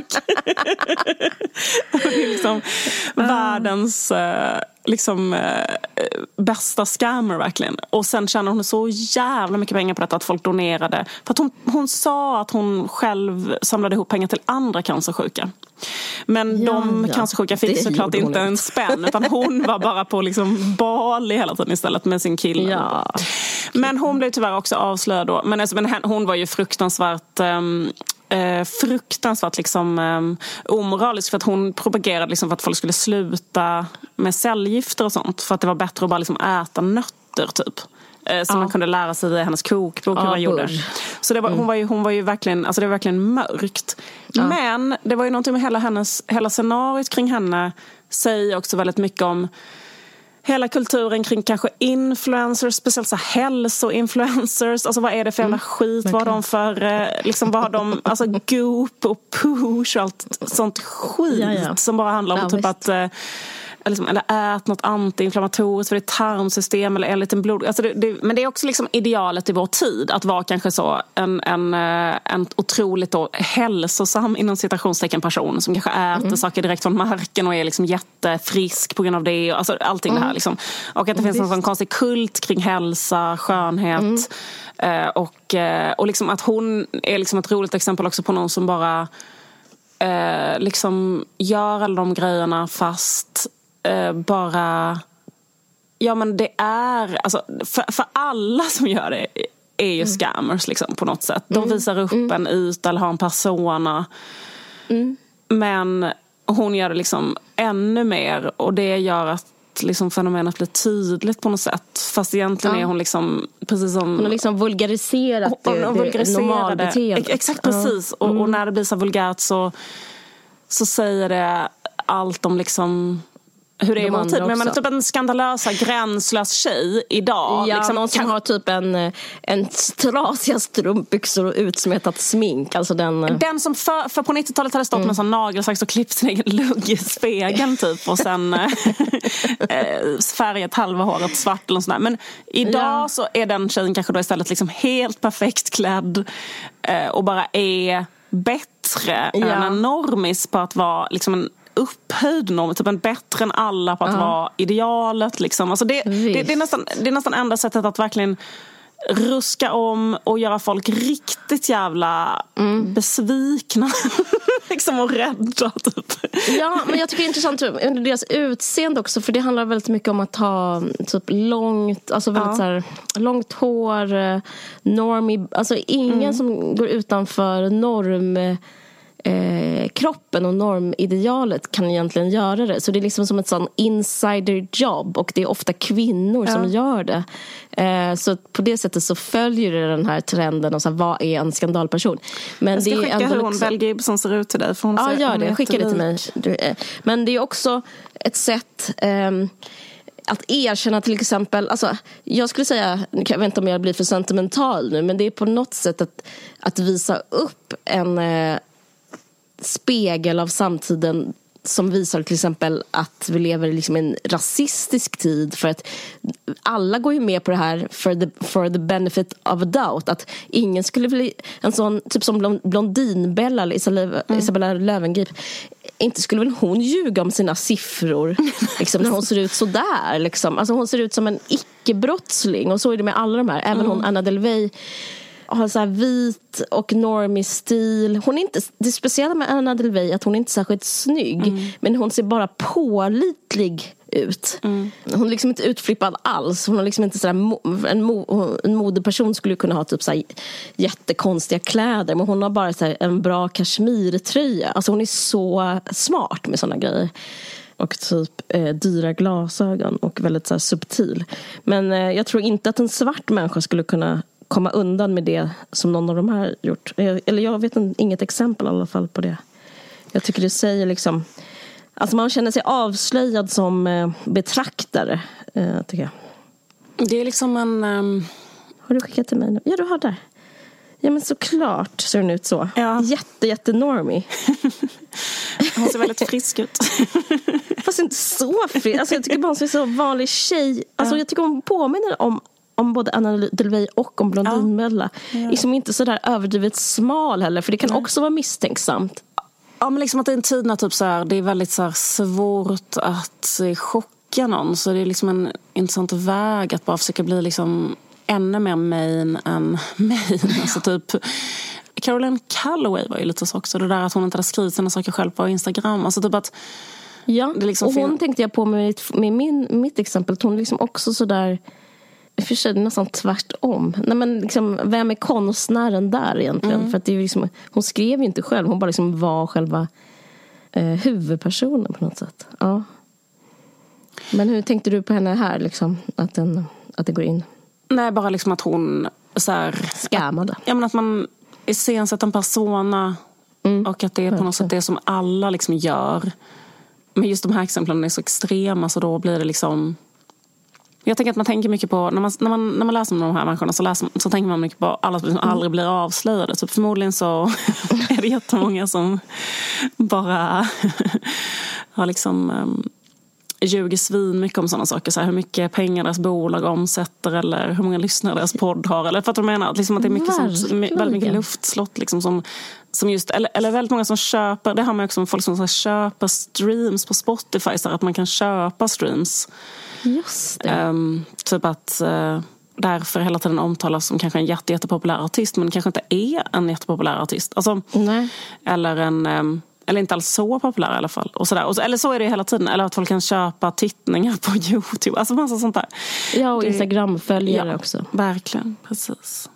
Det är liksom världens liksom, bästa scammer verkligen. Och sen tjänade hon så jävla mycket pengar på detta att folk donerade. För att hon, hon sa att hon själv samlade ihop pengar till andra cancersjuka. Men ja, de ja. cancersjuka fick såklart inte en spänn. Utan hon var bara på liksom Bali hela tiden istället med sin kille. Ja. Men hon blev tyvärr också avslöjad då. Men, alltså, men hon var ju fruktansvärt... Um, Eh, fruktansvärt liksom, eh, omoralisk för att hon propagerade liksom, för att folk skulle sluta med cellgifter och sånt för att det var bättre att bara liksom, äta nötter typ. Eh, som ja. man kunde lära sig i hennes kokbok hur ja, man gjorde. Så det var, mm. hon, var ju, hon var ju verkligen, alltså det var verkligen mörkt. Ja. Men det var ju någonting med hela hennes, hela scenariot kring henne säger också väldigt mycket om hela kulturen kring kanske influencers, speciellt så här hälsoinfluencers. Alltså vad är det för jävla mm, skit? Vad har de för, liksom vad har de, alltså Goop och Push och allt sånt skit ja, ja. som bara handlar om ja, typ visst. att liksom, eller ät något antiinflammatoriskt för det är tarmsystem eller en liten blod... Alltså det, det, men det är också liksom idealet i vår tid att vara kanske så en, en, en otroligt då hälsosam inom citationstecken person som kanske äter mm. saker direkt från marken och är liksom jättefrisk på grund av det. Alltså allting mm. det här liksom. Och att det mm, finns en sån konstig kult kring hälsa, skönhet mm. eh, och, och liksom att hon är liksom ett roligt exempel också på någon som bara eh, liksom gör alla de grejerna fast bara Ja, men det är alltså, för, för alla som gör det är ju mm. scammers liksom, på något sätt. De mm. visar upp mm. en yta eller har en persona. Mm. Men hon gör det liksom ännu mer, och det gör att liksom fenomenet blir tydligt på något sätt. Fast egentligen ja. är hon liksom precis som... Hon har liksom vulgariserat det, hon, hon det normalbeteendet. Exakt, precis. Ja. Mm. Och, och när det blir så vulgärt så, så säger det allt om liksom... hur det är emot tid. Men man är typ en skandalösa, gränslös tjej idag. Ja, liksom, någon som kan... har typ en, en trasiga strumpbyxor och utsmetat smink. Alltså den... den som för, för på nittiotalet hade stått mm. med en sån nagelsax och klippt sin egen lugg i spegeln typ. Och sen äh, färgat halva håret svart eller sånt där. Men idag ja. så är den tjejen kanske då istället liksom helt perfekt klädd. Äh, och bara är bättre ja. än en normis på att vara liksom en upphöjd norm, typ en bättre än alla på att uh. vara idealet liksom. Alltså det, det, det, är nästan, det är nästan enda sättet att verkligen ruska om och göra folk riktigt jävla mm. besvikna liksom, och rädda typ. Ja, men jag tycker det är intressant under deras utseende också, för det handlar väldigt mycket om att ha typ långt, alltså väldigt ja. så här, långt hår, normie, alltså ingen mm. som går utanför norm Eh, kroppen och normidealet kan egentligen göra det. Så det är liksom som ett sån insider job, och det är ofta kvinnor ja. som gör det. Eh, så på det sättet så följer det den här trenden och så här, vad är en skandalperson? Men jag ska det är skicka hur hon också... Belle Gibson ser ut till dig. För hon ja, ser, gör hon det. Skicka det till mig. Men det är också ett sätt... Ehm, att erkänna till exempel, alltså, jag skulle säga, jag vet inte om jag blir för sentimental nu, men det är på något sätt att, att visa upp en eh, spegel av samtiden som visar till exempel att vi lever liksom i en rasistisk tid, för att alla går ju med på det här for the, for the benefit of a doubt, att ingen skulle bli en sån typ som Blondinbella eller Isabella, mm. Isabella Löwengrip, inte skulle väl hon ljuga om sina siffror liksom, när hon ser ut så där liksom. Alltså hon ser ut som en icke-brottsling, och så är det med alla de här, även mm. hon Anna Delvey har så här vit och normig stil. Hon är inte, det speciella med Anna Delvey att hon är inte särskilt snygg, mm. men hon ser bara pålitlig ut. Mm. Hon är liksom inte utflippad alls. Hon har liksom inte så där, en, mo, en modeperson skulle kunna ha typ så här jättekonstiga kläder, men hon har bara så här en bra kashmirtröja. Alltså hon är så smart med såna grejer. Och typ eh, dyra glasögon och väldigt så här subtil. Men eh, jag tror inte att en svart människa skulle kunna komma undan med det som någon av de här gjort. Eller jag vet en, inget exempel i alla fall på det. Jag tycker det säger liksom... Alltså man känner sig avslöjad som eh, betraktare, eh, tycker jag. Det är liksom en... Um... Har du skickat till mig nu? Ja, du har där. Ja, men såklart ser den ut så. Ja. Jätte, jätte normie. Hon ser väldigt frisk ut. Fast inte så frisk. Alltså jag tycker bara hon ser så vanlig tjej. Alltså ja. jag tycker hon påminner om om både Anna Delvey och om Blondinbella. Ja. Ja. Liksom inte så där överdrivet smal heller, för det kan ja. också vara misstänksamt. Ja, men liksom att det är en tid när typ så här, det är väldigt så här svårt att chocka någon, så det är liksom en intressant väg att bara försöka bli liksom ännu mer main än main. Ja. Alltså typ Caroline Calloway var ju lite så också, det där att hon inte hade skrivit sina saker själv på Instagram. Alltså typ att ja, det liksom och hon fin- tänkte jag på med, med min, mitt exempel, att hon liksom också så där för sig nästan tvärtom. Nej, men liksom, vem är konstnären där egentligen? Mm. För att det är liksom, hon skrev ju inte själv, hon bara liksom var själva eh, huvudpersonen på något sätt. Ja. Men hur tänkte du på henne här liksom, att den att det går in? Nej, bara liksom att hon så här, skämmade. Ja, men att man iscensätter en persona mm. och att det är på något sätt det som alla liksom gör. Men just de här exemplen är så extrema, så då blir det liksom... Jag tänker att man tänker mycket på, när man, när man, när man läser om de här människorna så, läser, så tänker man mycket på alla som aldrig blir avslöjade. Typ förmodligen så är det jättemånga som bara har liksom um, ljuger svin mycket om sådana saker. Så här, hur mycket pengar deras bolag omsätter eller hur många lyssnare deras podd har. Eller för att de menar liksom att det är mycket som, väldigt mycket luftslott liksom, som, som just, eller, eller väldigt många som köper, det har man också med folk som så här, köper streams på Spotify, så att man kan köpa streams. Just det. Um, typ att uh, därför hela tiden omtalas som kanske en jätte, jättepopulär artist, men kanske inte är en jättepopulär artist. Alltså, nej. Eller en, um, eller inte alls så populära i alla fall. Och sådär. Och så, eller så är det hela tiden. Eller att folk kan köpa tittningar på YouTube. Alltså massa sånt där. Ja, och det, Instagram-följare ja, också. Verkligen, precis.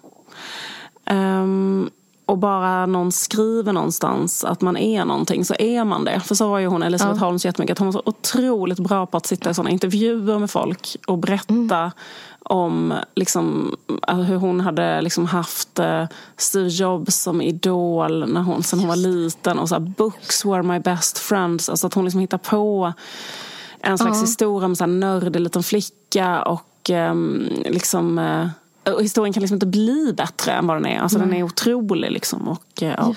Um, och bara någon skriver någonstans att man är någonting, så är man det. För så var ju hon, Elisabeth ja. Holmes, jättemycket. Att hon var så otroligt bra på att sitta i sådana intervjuer med folk och berätta mm. om liksom, hur hon hade liksom haft uh, Steve Jobs som idol när hon, sen hon var liten. Och så här, books were my best friends. Alltså att hon liksom hittar på en slags ja. historia med en nördig liten flicka. Och um, liksom... Uh, och historien kan liksom inte bli bättre än vad den är. Alltså mm. den är otrolig liksom. Och, ja.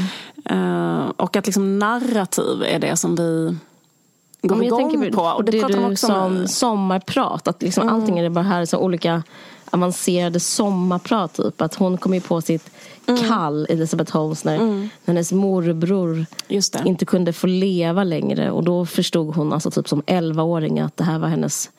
uh, och att liksom narrativ är det som vi går ja, igång tänker, på. Och det, det pratar du man också som med. Sommarprat. Att liksom mm. allting är det bara här så olika avancerade sommarprat typ. Att hon kom ju på sitt mm. kall, Elisabeth Holmes, när mm. hennes morbror inte kunde få leva längre. Och då förstod hon alltså typ som elvaåring att det här var hennes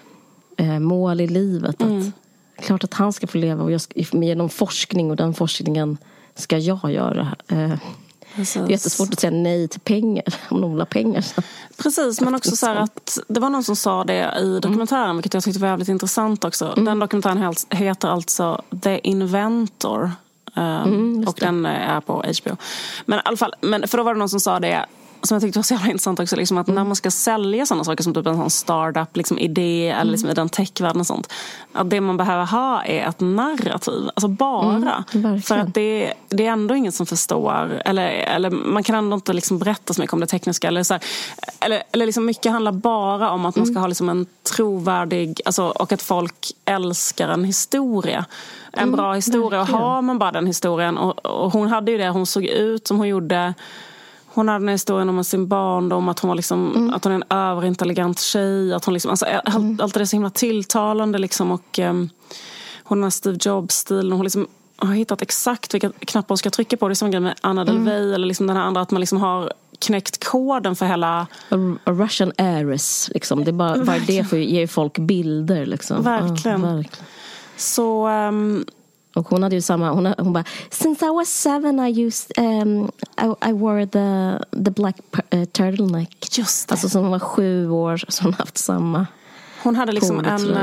eh, mål i livet. Att mm. klart att han ska få leva och jag ska, genom forskning, och den forskningen ska jag göra. Eh, det är jättesvårt att säga nej till pengar om de vill ha pengar. Så. Precis, men också så här att det var någon som sa det i dokumentären, mm. vilket jag tyckte var väldigt intressant också. Mm. Den dokumentären heter alltså The Inventor. Um, mm, och den är på H B O. Men i alla fall, men för då var det någon som sa det, som jag tyckte var så jävla intressant också, liksom att mm. när man ska sälja sådana saker som typ en sån startup liksom idé mm. eller liksom i den techvärlden och sånt, att det man behöver ha är ett narrativ, alltså bara mm, för att det, det är ändå ingen som förstår, eller, eller man kan ändå inte liksom berätta så mycket om det tekniska eller så här, eller, eller liksom mycket handlar bara om att man ska mm. ha liksom en trovärdig, alltså, och att folk älskar en historia, en mm, bra historia, verkligen. Och har man bara den historien, och, och hon hade ju det, hon såg ut som hon gjorde. Hon hade en historia om sin barndom, att hon var liksom, mm. att hon är en överintelligent tjej, att hon liksom, alltså, mm. allt det är så himla tilltalande liksom, och um, hon har Steve Jobs-stilen, och hon liksom har hittat exakt vilka knappar hon ska trycka på. Det är som en grej med Anna Delvey mm. eller liksom den här andra, att man liksom har knäckt koden för hela... A, a Russian heiress, liksom. Det är bara, bara det för att ge folk bilder liksom. Verkligen. Ja, verkligen. Så... Um, Och hon hade ju samma, hon, hon bara, since I was seven I used um, I, I wore the the black uh, turtleneck. Just det. Alltså som hon var sju år, så hon haft samma. Hon hade liksom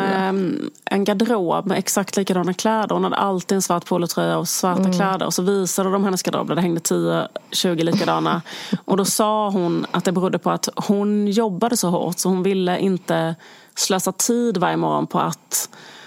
en, en garderob med exakt likadana kläder. Hon hade alltid en svart polotröja och svarta mm. kläder. Och så visade de hennes garderob där det hängde tio tjugo likadana. Och då sa hon att det berodde på att hon jobbade så hårt, så hon ville inte slösa tid varje morgon på att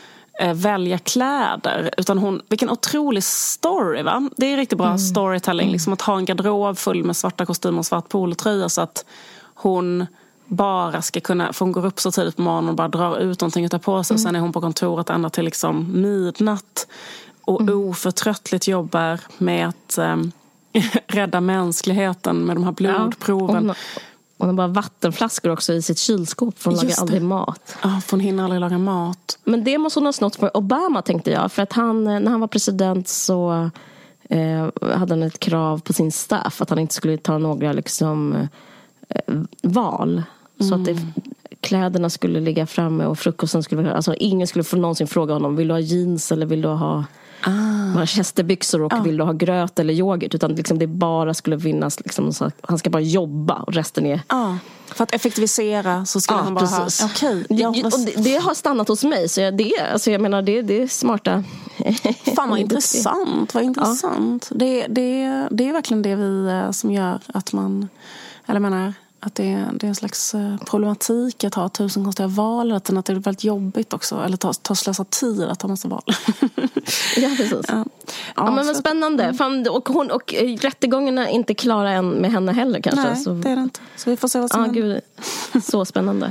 välja kläder, utan hon, vilken otrolig story, va? Det är riktigt bra mm. storytelling, liksom att ha en garderob full med svarta kostymer och svart polotröja, så att hon bara ska kunna, för hon går upp så tidigt på morgonen och bara drar ut någonting utav på sig mm. och sen är hon på kontoret ända till liksom midnatt och mm. oförtröttligt jobbar med att um, rädda mänskligheten med de här blodproven. Ja. Hon har bara vattenflaskor också i sitt kylskåp, för hon lagar aldrig mat. Ja, för hon hinner aldrig laga mat. Men det måste hon ha snott för Obama, tänkte jag. För att han, när han var president så eh, hade han ett krav på sin staff att han inte skulle ta några liksom, eh, val. Mm. Så att det, kläderna skulle ligga framme och frukosten skulle... Alltså ingen skulle få någonsin fråga honom, vill du ha jeans eller vill du ha... Ah. Hästebyxor och ah. vill du ha gröt eller yoghurt, utan liksom det bara skulle finnas liksom, så han ska bara jobba och resten är ah. för att effektivisera så skulle ah, han bara precis. ha okej okay. ja, det, det har stannat hos mig, så jag, det, alltså jag menar det, det är smarta. Fan vad intressant, vad intressant. Ja. det, det, det är verkligen det vi som gör att man, eller menar att det, det är en slags problematik att ha tusen konstiga val, att det är väldigt jobbigt också, eller ta, ta slösa tid att ha massa val. Ja, precis. Ja, ja, ja men vad spännande. Mm. Fan, och, hon, och rättegångarna är inte klara än med henne heller kanske. Nej, så... det är det inte. Så vi får se vad som ah, händer. Gud, så spännande.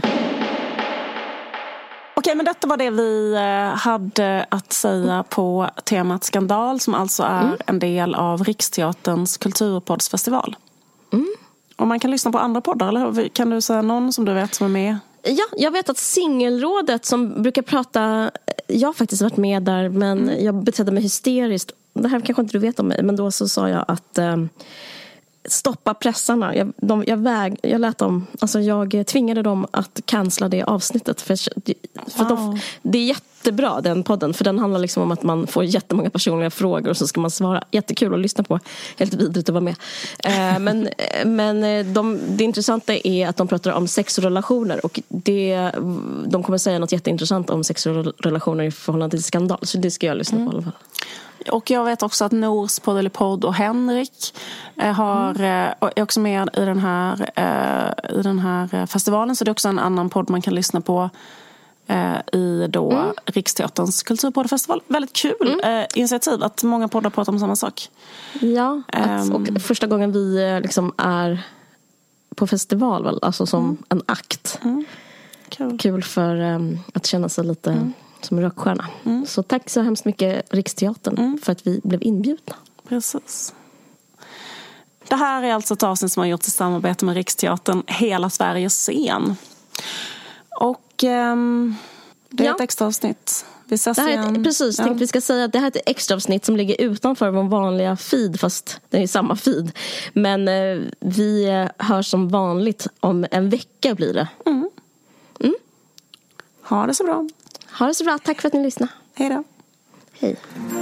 Okej, men detta var det vi hade att säga på temat skandal, som alltså är mm. en del av Riksteaterns kulturpoddsfestival. Mm. Och man kan lyssna på andra poddar, eller kan du säga någon som du vet som är med? Ja, jag vet att Singelrådet som brukar prata, jag har faktiskt varit med där, men mm. jag betedde mig hysteriskt. Det här kanske inte du vet om mig, men då så sa jag att eh, stoppa pressarna. Jag, de, jag, väg, jag lät dem, alltså jag tvingade dem att cancella det avsnittet. För, för wow. de, det är jättebra den podden, för den handlar liksom om att man får jättemånga personliga frågor och så ska man svara. Jättekul att lyssna på, helt vidrigt att vara med. Eh, men men de, det intressanta är att de pratar om sexrelationer, och det, de kommer säga något jätteintressant om sexrelationer i förhållande till skandal, så det ska jag lyssna mm. på i alla fall. Och jag vet också att Nors podd och Henrik eh, har, mm. eh, är också med i den här, eh, i den här festivalen. Så det är också en annan podd man kan lyssna på eh, i då mm. Riksteaterns kulturpoddfestival. Väldigt kul mm. eh, initiativ att många poddar pratar om samma sak. Ja, att, och första gången vi liksom är på festival, väl, alltså som mm. en akt. Mm. Kul. Kul för um, att känna sig lite... Mm. som en rockstjärna. Mm. Så tack så hemskt mycket Riksteatern mm. för att vi blev inbjudna. Precis. Det här är alltså ett avsnitt som har gjorts i samarbete med Riksteatern, Hela Sveriges scen. Och um, det är ja. ett extra avsnitt. Vi ses det här igen. Är, precis, ja. tänkte vi ska säga att det här är ett extra avsnitt som ligger utanför vår vanliga feed, fast det är samma feed. Men eh, vi hörs som vanligt om en vecka blir det. Mm. Mm. Ha det så bra. Ha det så bra. Tack för att ni lyssnade. Hej då. Hej.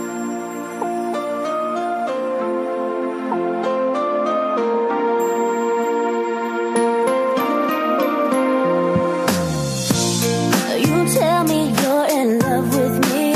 You tell me you're in love with me,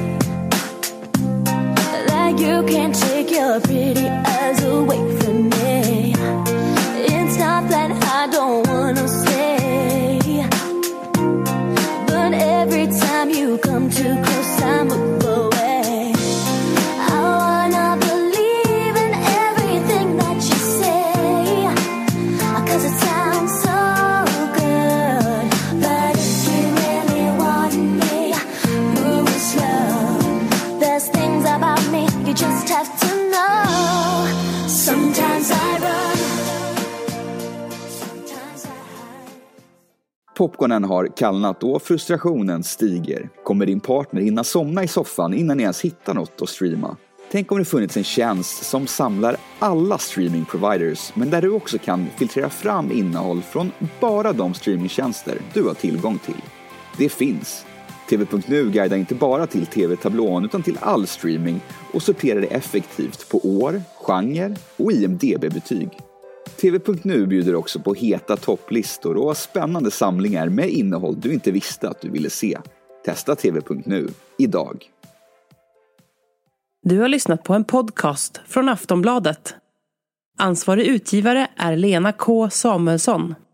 like you can't take your pretty eyes away from me. It's not that I don't wanna stay, but every time you come too close, I move away. I wanna believe in everything that you say, 'cause it sounds so good. But if you really want me, move it slow. There's things about me you just have to know. Sometimes I run, sometimes I hide. Popcornen har kallnat och frustrationen stiger. Kommer din partner hinna somna i soffan innan ni ens hittar något att streama? Tänk om det funnits en tjänst som samlar alla streamingproviders, men där du också kan filtrera fram innehåll från bara de streamingtjänster du har tillgång till. Det finns. T V punkt nu guidar inte bara till tv-tablån utan till all streaming och sorterar det effektivt på år, genre och I M D B-betyg. T V punkt nu bjuder också på heta topplistor och spännande samlingar med innehåll du inte visste att du ville se. Testa T V punkt nu idag. Du har lyssnat på en podcast från Aftonbladet. Ansvarig utgivare är Lena K. Samuelsson.